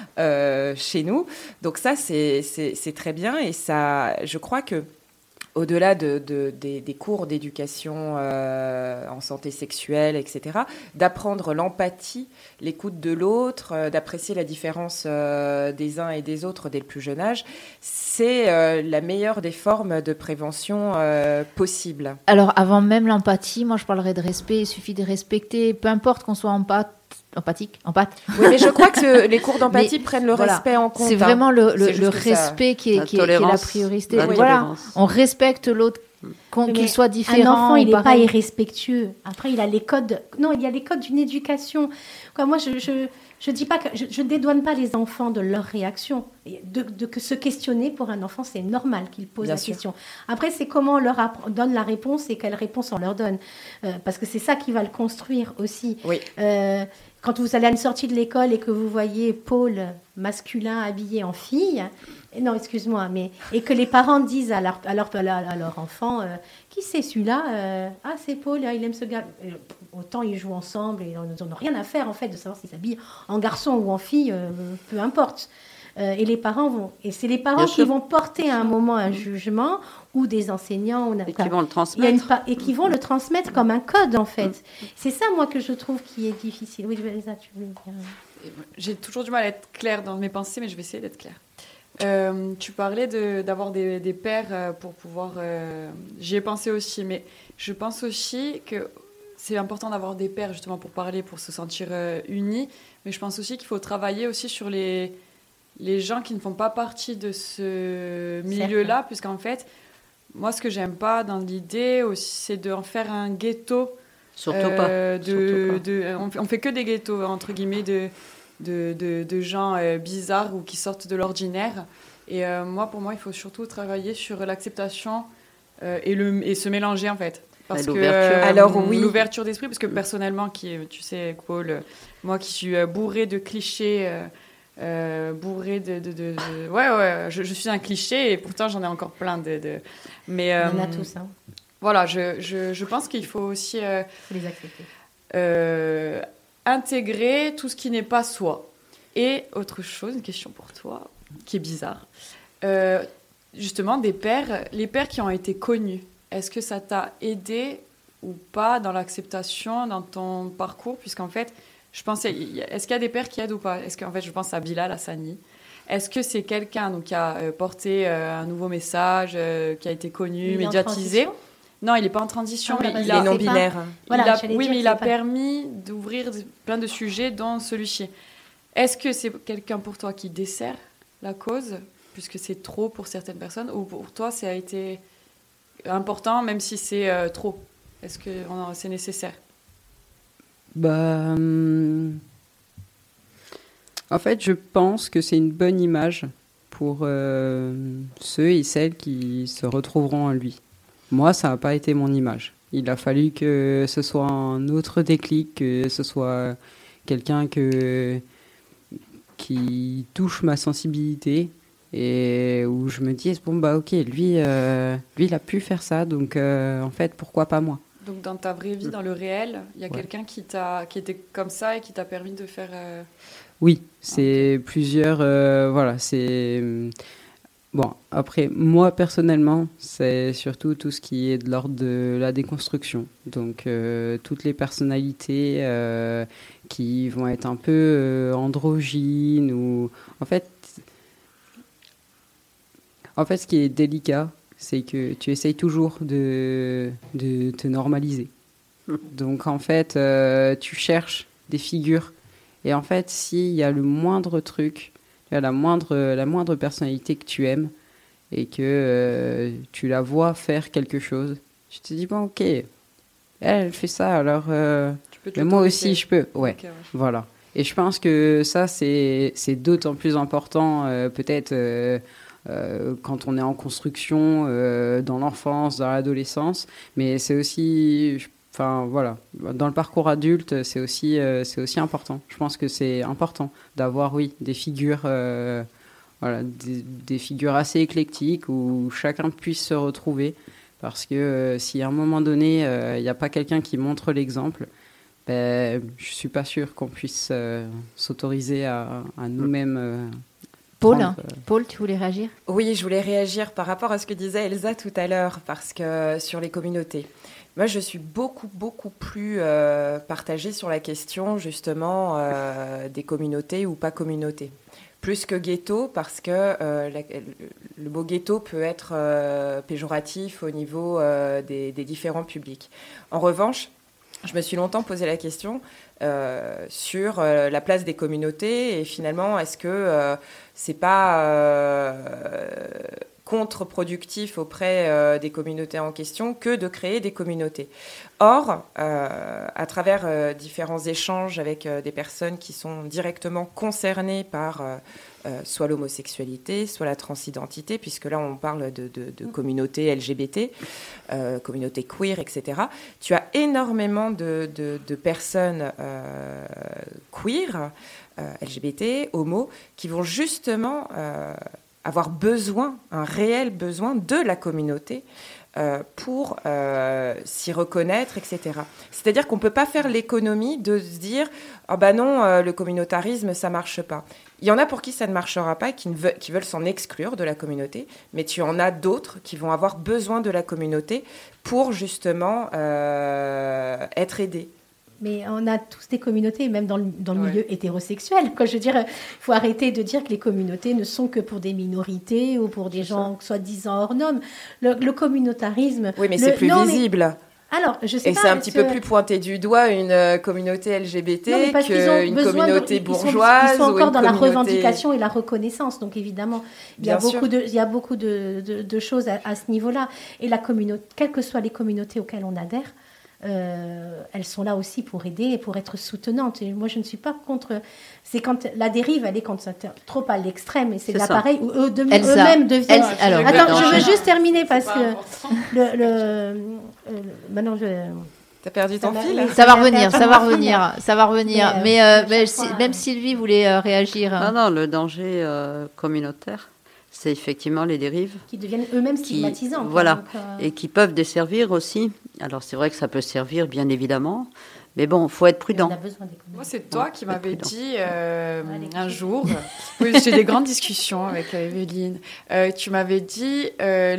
euh, chez nous. Donc ça, c'est c'est- c'est très bien. Et ça, je crois que au-delà de, de- des, des cours d'éducation euh, en santé sexuelle, et cetera, d'apprendre l'empathie, l'écoute de l'autre, euh, d'apprécier la différence euh, des uns et des autres dès le plus jeune âge, c'est euh, la meilleure des formes de prévention euh, possible. Alors, avant même l'empathie, moi, je parlerais de respect. Il suffit de respecter, peu importe qu'on soit empath- empathique, empathe. Oui, mais je crois que ce- les cours d'empathie Mais prennent le voilà, respect en compte. C'est hein. vraiment le, le- C'est juste le que ça- respect qui est, La qui est- qui est la tolérance, priorité. la Voilà, tolérance. on respecte l'autre, qu'on- Mais qu'il soit différent. Un enfant, ou il n'est pas pareil. irrespectueux. Après, il a les codes. Non, il y a les codes d'une éducation. Quoi, moi, je je je dis pas que je, je dédouane pas les enfants de leur réaction. Et De, de que se questionner pour un enfant, c'est normal qu'il pose Bien la sûr. question. Après, c'est comment on leur appre- donne la réponse et quelle réponse on leur donne, Euh, parce que c'est ça qui va le construire aussi. Oui. Euh, quand vous allez à une sortie de l'école et que vous voyez Paul masculin habillé en fille, et non, excuse-moi, mais et que les parents disent à leur, à leur, à leur, à leur enfant, euh, qui c'est celui-là Euh, Ah, c'est Paul, il aime ce gars. Et, autant ils jouent ensemble et ils n'ont rien à faire en fait de savoir s'ils s'habillent en garçon ou en fille, euh, peu importe. Euh, et les parents vont, et c'est les parents Bien qui sûr. vont porter à un moment un jugement ou des enseignants ou et qui vont le il y a une transmettre. pa- et qui vont le transmettre comme un code en fait. C'est ça moi que je trouve qui est difficile. Oui, Elsa, tu veux dire. J'ai toujours du mal à être claire dans mes pensées, mais je vais essayer d'être claire. Euh, tu parlais de- d'avoir des, des pères euh, pour pouvoir... euh, J'y ai pensé aussi, mais je pense aussi que c'est important d'avoir des pères justement pour parler, pour se sentir euh, unis, mais je pense aussi qu'il faut travailler aussi sur les, les gens qui ne font pas partie de ce milieu-là, puisqu'en fait, moi, ce que j'aime pas dans l'idée aussi, c'est d'en faire un ghetto. Surtout Euh, pas. de, surtout pas. de- on, on fait que des ghettos, entre guillemets, de, de, de, de gens euh, bizarres ou qui sortent de l'ordinaire. Et euh, moi, pour moi, il faut surtout travailler sur l'acceptation euh, et, le, et se mélanger, en fait. Parce que euh, Alors, oui. l'ouverture d'esprit, parce que personnellement, qui, tu sais, Paul, moi qui suis euh, bourrée de clichés, euh, euh, bourrée de, de, de, de... Ouais, ouais, je, je suis un cliché et pourtant j'en ai encore plein de... de... Mais, euh, On en a tous, hein. Voilà, je, je, je pense qu'il faut aussi... Euh, faut les accepter. Euh, intégrer tout ce qui n'est pas soi. Et autre chose, une question pour toi, qui est bizarre. Euh, justement, des pères, les pères qui ont été connus, est-ce que ça t'a aidé ou pas dans l'acceptation, dans ton parcours? Puisqu'en fait, je pensais, est-ce qu'il y a des pères qui aident ou pas? Est-ce qu'en fait, je pense à Bilal Hassani. Est-ce que c'est quelqu'un donc, qui a euh, porté euh, un nouveau message, euh, qui a été connu, médiatisé? Non, il n'est pas en transition, ah, mais bah, il, il a, est non-binaire. Voilà, il a, oui, dire, mais il a pas... permis d'ouvrir plein de sujets, dont celui-ci. Est-ce que c'est quelqu'un pour toi qui dessert la cause, puisque c'est trop pour certaines personnes, ou pour toi, ça a été important, même si c'est euh, trop? Est-ce que on, c'est nécessaire? Bah, hum, en fait, je pense que c'est une bonne image pour euh, ceux et celles qui se retrouveront en lui. Moi, ça n'a pas été mon image. Il a fallu que ce soit un autre déclic, que ce soit quelqu'un que, qui touche ma sensibilité et où je me dis, bon, bah ok, lui, euh, lui il a pu faire ça, donc euh, en fait, pourquoi pas moi? Donc dans ta vraie vie, dans le réel, il y a ouais. quelqu'un qui, t'a, qui était comme ça et qui t'a permis de faire... Euh... Oui, c'est okay. plusieurs... Euh, voilà, c'est... Bon, après, moi, personnellement, c'est surtout tout ce qui est de l'ordre de la déconstruction. Donc, euh, toutes les personnalités euh, qui vont être un peu euh, androgynes ou... En fait, en fait, ce qui est délicat, c'est que tu essayes toujours de, de te normaliser. Donc, en fait, euh, tu cherches des figures. Et en fait, s'il y a le moindre truc... La moindre, la moindre personnalité que tu aimes et que euh, tu la vois faire quelque chose, tu te dis, bon, ok, elle, elle fait ça, alors euh, mais moi aussi, je peux. Ouais, okay, ouais, voilà. Et je pense que ça, c'est, c'est d'autant plus important, euh, peut-être, euh, euh, quand on est en construction, euh, dans l'enfance, dans l'adolescence, mais c'est aussi... Je, Enfin, voilà. Dans le parcours adulte, c'est aussi, euh, c'est aussi important. Je pense que c'est important d'avoir, oui, des figures, euh, voilà, des, des figures assez éclectiques où chacun puisse se retrouver. Parce que euh, si à un moment donné, il euh, n'y a pas quelqu'un qui montre l'exemple, ben, je ne suis pas sûre qu'on puisse euh, s'autoriser à, à nous-mêmes... Euh, Paul, prendre, euh... Paul, tu voulais réagir? Oui, je voulais réagir par rapport à ce que disait Elsa tout à l'heure, parce que sur les communautés. Moi, je suis beaucoup, beaucoup plus euh, partagée sur la question, justement, euh, des communautés ou pas communautés. Plus que ghetto, parce que euh, la, le mot ghetto peut être euh, péjoratif au niveau euh, des, des différents publics. En revanche, je me suis longtemps posé la question euh, sur euh, la place des communautés et finalement, est-ce que euh, c'est pas... Euh, contre-productif auprès euh, des communautés en question que de créer des communautés. Or, euh, à travers euh, différents échanges avec euh, des personnes qui sont directement concernées par euh, euh, soit l'homosexualité, soit la transidentité, puisque là on parle de, de, de communautés L G B T, euh, communautés queer, et cetera. Tu as énormément de, de, de personnes euh, queer, euh, L G B T, homo, qui vont justement... Euh, avoir besoin, un réel besoin de la communauté euh, pour euh, s'y reconnaître, et cetera. C'est-à-dire qu'on ne peut pas faire l'économie de se dire « Ah ben non, euh, le communautarisme, ça ne marche pas ». Il y en a pour qui ça ne marchera pas et qui, ne veulent, qui veulent s'en exclure de la communauté, mais tu en as d'autres qui vont avoir besoin de la communauté pour justement euh, être aidés. Mais on a tous des communautés, même dans le, dans le ouais. milieu hétérosexuel. Quoi. Je veux dire, il faut arrêter de dire que les communautés ne sont que pour des minorités ou pour des c'est gens ça. Soi-disant hors normes. Le, le communautarisme... Oui, mais le, c'est plus non, visible. Mais, alors, je sais Et pas, c'est un petit que... peu plus pointé du doigt une euh, communauté L G B T non, qu'une communauté de, bourgeoise. Ils sont, ils sont encore dans communauté... la revendication et la reconnaissance. Donc, évidemment, il y a beaucoup, de, il y a beaucoup de, de, de choses à, à ce niveau-là. Et la communauté, quelles que soient les communautés auxquelles on adhère, euh, elles sont là aussi pour aider et pour être soutenantes. Et moi, je ne suis pas contre. C'est quand la dérive, elle est quand ça trop à l'extrême. Et c'est, C'est l'appareil où eux, de, Elsa. eux-mêmes deviennent. Elsa, alors, Attends, le je veux danger. juste terminer parce C'est que pas le, le, euh, maintenant je. T'as perdu ton Ça fil m'a- Ça va revenir, ça va revenir, ça va revenir. Mais, Mais, euh, euh, à mais chaque si- fois, même euh, Sylvie voulait euh, réagir. Non, non, le danger euh, communautaire, c'est effectivement les dérives. Qui deviennent eux-mêmes Qui- stigmatisants. quoi. voilà. Donc, euh, Et qui peuvent desservir aussi. Alors c'est vrai que ça peut servir, bien évidemment, mais bon, faut être on prudent. a besoin des communautés. Moi, c'est toi qui Ouais, m'avais prudent. dit euh, Ouais, les un clichés. jour, oui, j'ai des grandes discussions avec euh, Evelyne, Euh, tu m'avais dit euh,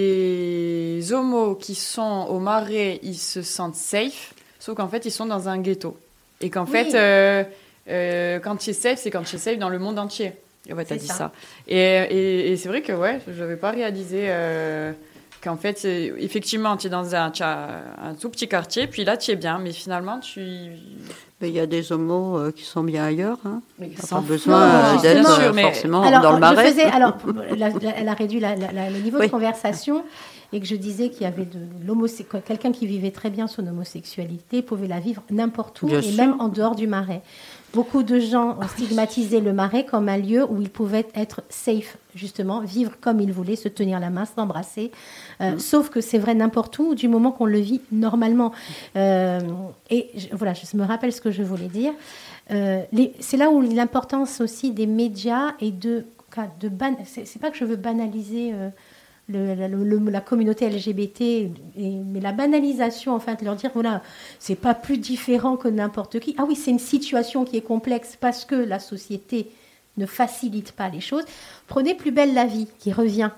les homos qui sont au Marais, ils se sentent safe, sauf qu'en fait, ils sont dans un ghetto. Et qu'en Oui. fait, euh, euh, quand tu es safe, c'est quand tu es safe dans le monde entier. Et ouais, t'as C'est dit ça. ça. Et, et, et c'est vrai que ouais, je n'avais pas réalisé euh, qu'en fait, c'est- effectivement, tu es dans un, tu as un tout petit quartier, puis là, tu es bien, mais finalement, tu... Mais il y a des homos euh, qui sont bien ailleurs. Hein. Mais Il n'y a sans pas fou- besoin Non, euh, justement. d'être Bien sûr, euh, mais- forcément Alors, dans le je marais. faisais, alors, la- la- elle a réduit la- la- la- le niveau Oui. de conversation et que je disais qu'il y avait de l'homosé- quelqu'un qui vivait très bien son homosexualité pouvait la vivre n'importe où Bien et sûr. même en dehors du Marais. Beaucoup de gens ont stigmatisé le Marais comme un lieu où ils pouvaient être safe, justement, vivre comme ils voulaient, se tenir la main, s'embrasser. Euh, Sauf que c'est vrai n'importe où, du moment qu'on le vit normalement. Euh, et je- voilà, je me rappelle ce que je voulais dire. Euh, les- c'est là où l'importance aussi des médias et de, de ban, c'est, c'est pas que je veux banaliser euh, le- la, le- le- la communauté L G B T, et- mais la banalisation, enfin, de leur dire voilà, c'est pas plus différent que n'importe qui. Ah oui, c'est une situation qui est complexe parce que la société ne facilite pas les choses. Prenez Plus belle la vie, qui revient.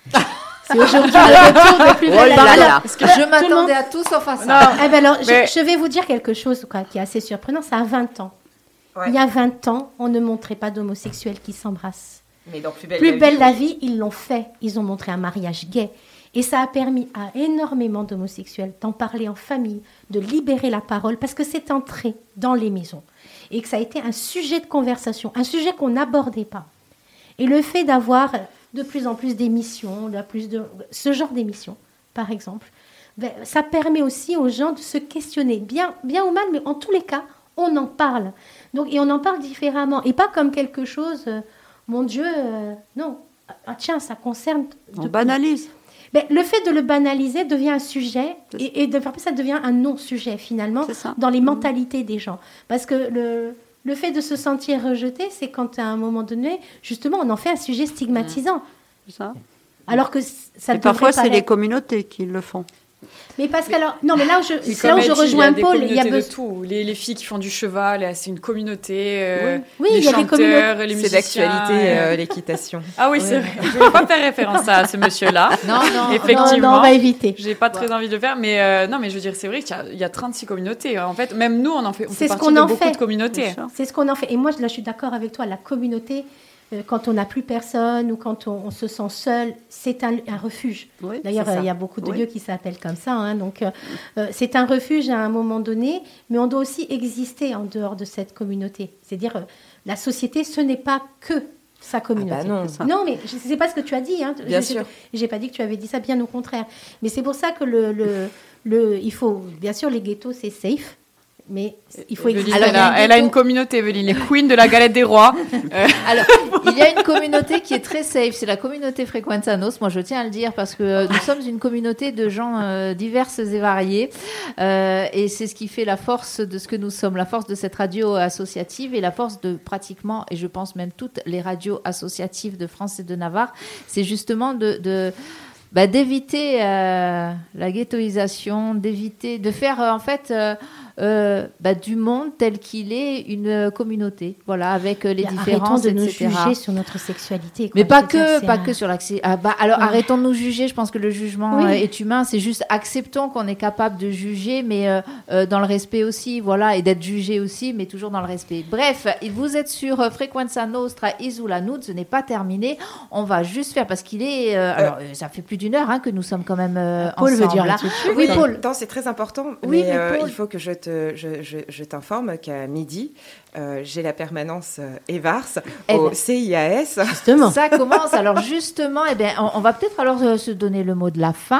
C'est aujourd'hui le retour de Plus Oh belle là la vie. là. Alors, Parce que tout je le monde- m'attendais à tout sauf à ça. eh ben alors, je- Mais- je, vais vous dire quelque chose quoi, qui est assez surprenant. Ça a vingt ans. Ouais. Il y a vingt ans, on ne montrait pas d'homosexuels qui s'embrassent. Mais dans Plus belle Plus la belle vie, la vie, ils l'ont fait. Ils ont montré un mariage gay. Et ça a permis à énormément d'homosexuels d'en parler en famille, de libérer la parole, parce que c'est entré dans les maisons. Et que ça a été un sujet de conversation, un sujet qu'on n'abordait pas. Et le fait d'avoir de plus en plus d'émissions, de plus de, ce genre d'émissions, par exemple, ben, ça permet aussi aux gens de se questionner, bien, bien ou mal, mais en tous les cas, on en parle. Donc, et on en parle différemment, et pas comme quelque chose, euh, mon Dieu, euh, non, ah, tiens, ça concerne... On de- banalise. Ben, le fait de le banaliser devient un sujet, et, et de faire ça devient un non-sujet, finalement, C'est ça. dans les mentalités des gens. Parce que le... Le fait de se sentir rejeté, c'est quand à un moment donné, justement, on en fait un sujet stigmatisant. C'est ça. Alors que c- ça Et devrait parfois, pas c'est les l'être. communautés qui le font. Mais parce que alors, non, mais là où je, Et c'est là comme où je elle dit, rejoins il y a Paul, des il y a communautés de besoin. tout. Les, les filles qui font du cheval, euh, c'est une communauté. euh, Oui, les il y a des chanteurs, communautés- les c'est musiciens. d'actualité, euh. euh, l'équitation. Ah oui, c'est vrai. Je ne voulais pas faire référence à ce monsieur-là. Non, non. Effectivement. Non, non, on va éviter. J'ai pas très envie de le faire, mais euh, non, mais je veux dire, c'est vrai qu'il y a, il y a trente-six communautés. En fait, même nous, on en fait, on C'est fait ce partie qu'on de en beaucoup fait. de communautés. Bien sûr. C'est ce qu'on en fait. Et moi, là, je suis d'accord avec toi. La communauté, euh, quand on n'a plus personne ou quand on, on se sent seul, c'est un, un refuge. Oui, D'ailleurs, c'est euh, ça. il y a beaucoup de Oui. lieux qui s'appellent comme ça. hein. donc, euh, euh, c'est un refuge à un moment donné, mais on doit aussi exister en dehors de cette communauté. C'est-à-dire, euh, la société, ce n'est pas que sa communauté. Ah bah non. C'est ça. Non, mais je sais pas ce que tu as dit. Hein. Bien Je- sûr. J'ai pas dit que tu avais dit ça, bien au contraire. Mais c'est pour ça que le, le, le, il faut, bien sûr, les ghettos, c'est safe, mais il faut Evelyne, exister. Alors, elle, il y a a, un elle a ghetto. une communauté, Evelyne, les queens de la galette des rois. Euh, Alors, il y a une communauté qui est très safe, c'est la communauté Frequenza Nos. Moi, je tiens à le dire parce que euh, nous sommes une communauté de gens euh, diverses et variés. Euh, et c'est ce qui fait la force de ce que nous sommes, la force de cette radio associative et la force de pratiquement, et je pense même toutes les radios associatives de France et de Navarre. C'est justement de... de bah, d'éviter euh, la ghettoisation, d'éviter de faire euh, en fait euh, euh, bah, du monde tel qu'il est une euh, communauté, voilà, avec euh, les Arrêtons différences, de nous et cetera. juger sur notre sexualité. Mais quoi. pas Je veux dire, que, c'est pas un- que sur l'accès. Ah bah, alors Ouais. arrêtons de nous juger. Je pense que le jugement Oui. euh, est humain. C'est juste acceptons qu'on est capable de juger, mais euh, euh, dans le respect aussi, voilà, et d'être jugé aussi, mais toujours dans le respect. Bref, vous êtes sur euh, Frequenza Nostra Isola Nud. Ce n'est pas terminé. On va juste faire parce qu'il est. euh, alors, euh, ça fait plus d'une heure hein, que nous sommes quand même euh, Paul veut ensemble. dire un là. truc. Oui, mais Paul. non, c'est très important. Oui, mais mais euh, Paul- il faut que je te, je, je, je t'informe qu'à midi, euh, j'ai la permanence euh, EVARS Eh au ben. C I A S. Justement. Ça commence. Alors justement, eh bien, on, on va peut-être alors euh, se donner le mot de la fin.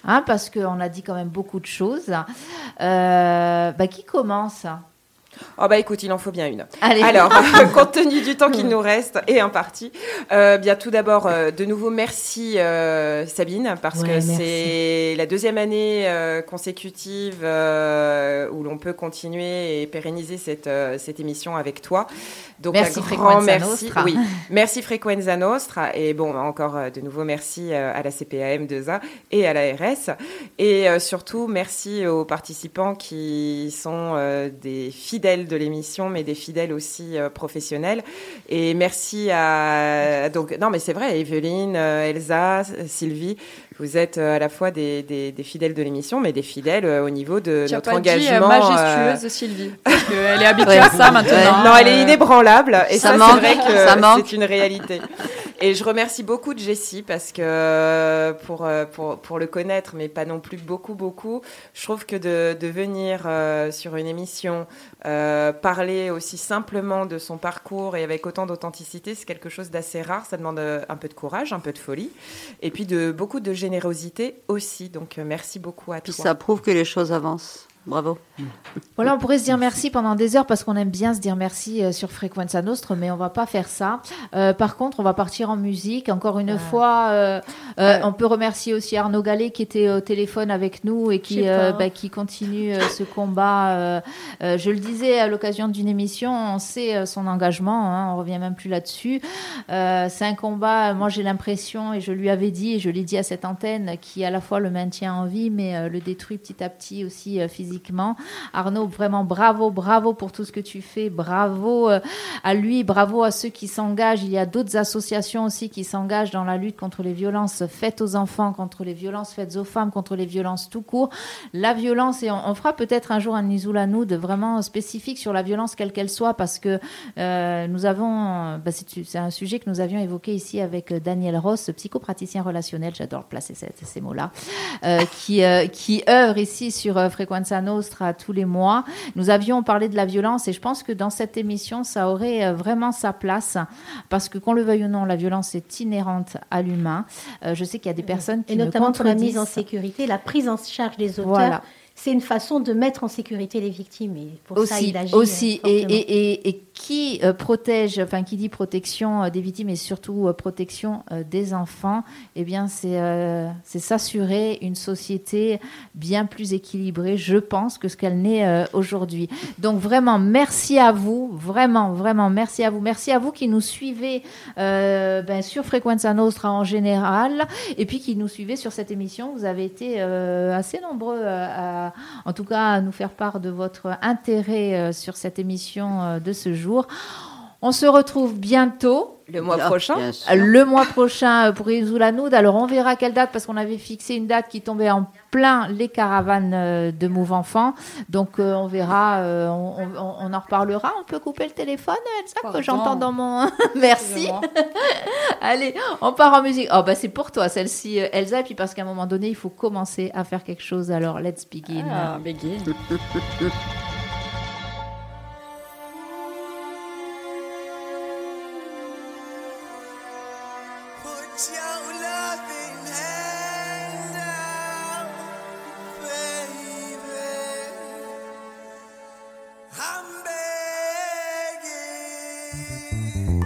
hein, parce qu'on a dit quand même beaucoup de choses. Euh, bah, qui commence ? Oh bah écoute, il en faut bien une. Allez. Alors, compte tenu du temps qu'il nous reste et en partie, euh, bien tout d'abord, euh, de nouveau merci euh, Sabine, parce Ouais, que merci. c'est la deuxième année euh, consécutive euh, où l'on peut continuer et pérenniser cette, euh, cette émission avec toi. Donc Merci un grand Frequenza merci. Nostra. Oui, merci Frequenza Nostra. Et bon, encore euh, de nouveau merci euh, à la C P A M deux A et à l'A R S. Et euh, surtout, merci aux participants qui sont euh, des fidèles de l'émission, mais des fidèles aussi euh, professionnels. Et merci à... Donc, non, mais c'est vrai, Evelyne, euh, Elsa, Sylvie, vous êtes euh, à la fois des, des, des fidèles de l'émission, mais des fidèles euh, au niveau de Tu n'as notre pas dit euh, engagement. majestueuse euh, Sylvie, parce qu'elle est habituée à ça maintenant. Non, elle est inébranlable. Et Ça ça, manque, c'est vrai ça que manque. c'est une réalité. Et je remercie beaucoup de Jessie parce que pour, pour, pour le connaître, mais pas non plus beaucoup, beaucoup, je trouve que de, de venir euh, sur une émission, euh, parler aussi simplement de son parcours et avec autant d'authenticité, c'est quelque chose d'assez rare. Ça demande un peu de courage, un peu de folie et puis de beaucoup de générosité aussi. Donc, merci beaucoup à Puis toi. ça prouve que les choses avancent. Bravo. Voilà, on pourrait se dire merci pendant des heures parce qu'on aime bien se dire merci euh, sur Frequenza Nostra, mais on va pas faire ça. Euh, par contre, on va partir en musique. Encore une Ah. fois, euh, euh, on peut remercier aussi Arnaud Gallet qui était au téléphone avec nous et Je qui, sais euh, pas. bah, qui continue euh, ce combat. Euh, euh, je le disais à l'occasion d'une émission, on sait euh, son engagement, hein, on revient même plus là-dessus. Euh, c'est un combat, moi j'ai l'impression, et je lui avais dit, et je l'ai dit à cette antenne, qui à la fois le maintient en vie, mais euh, le détruit petit à petit aussi euh, physiquement. Arnaud, vraiment bravo, bravo pour tout ce que tu fais, bravo euh, à lui, bravo à ceux qui s'engagent. Il y a d'autres associations aussi qui s'engagent dans la lutte contre les violences faites aux enfants, contre les violences faites aux femmes, contre les violences tout court. La violence, et on, on fera peut-être un jour un Isoulanoud vraiment spécifique sur la violence quelle qu'elle soit, parce que euh, nous avons, bah, c'est, c'est un sujet que nous avions évoqué ici avec Daniel Ross, psychopraticien relationnel, j'adore placer ces, ces mots-là, euh, qui, euh, qui œuvre ici sur euh, Frequenza Nostra tous les mois. Nous avions parlé de la violence et je pense que dans cette émission, ça aurait euh, vraiment sa place parce que qu'on le veuille ou non, la violence est inhérente à l'humain. Euh, je sais qu'il y a des personnes qui Et me notamment pour la contredisent. mise en sécurité, la prise en charge des auteurs. Voilà. C'est une façon de mettre en sécurité les victimes. Et pour ça, Aussi, il agit aussi. euh, Et, fortement. et, et, et qui euh, protège, enfin qui dit protection euh, des victimes et surtout euh, protection euh, des enfants, eh bien c'est euh, c'est s'assurer une société bien plus équilibrée, je pense, que ce qu'elle n'est euh, aujourd'hui. Donc vraiment, merci à vous, vraiment, vraiment, merci à vous, merci à vous qui nous suivez euh, ben, sur Frequenza Nostra en général, et puis qui nous suivez sur cette émission. Vous avez été euh, assez nombreux à, à en tout cas, à nous faire part de votre intérêt euh, sur cette émission euh, de ce jour. On se retrouve bientôt. Le mois Ah, prochain. bien sûr. Le mois prochain euh, pour Isoulanoud. Alors, on verra quelle date, parce qu'on avait fixé une date qui tombait en plein les caravanes euh, de Move Enfants. Donc, euh, on verra, euh, on, on- on en reparlera. On peut couper le téléphone, Elsa, que Pardon. j'entends dans mon... Merci. Excusez-moi. Allez, on part en musique. Oh, bah, c'est pour toi, celle-ci, euh, Elsa. Et puis, parce qu'à un moment donné, il faut commencer à faire quelque chose. Alors, let's begin. Ah, begin. Put your loving hand out, baby. I'm begging.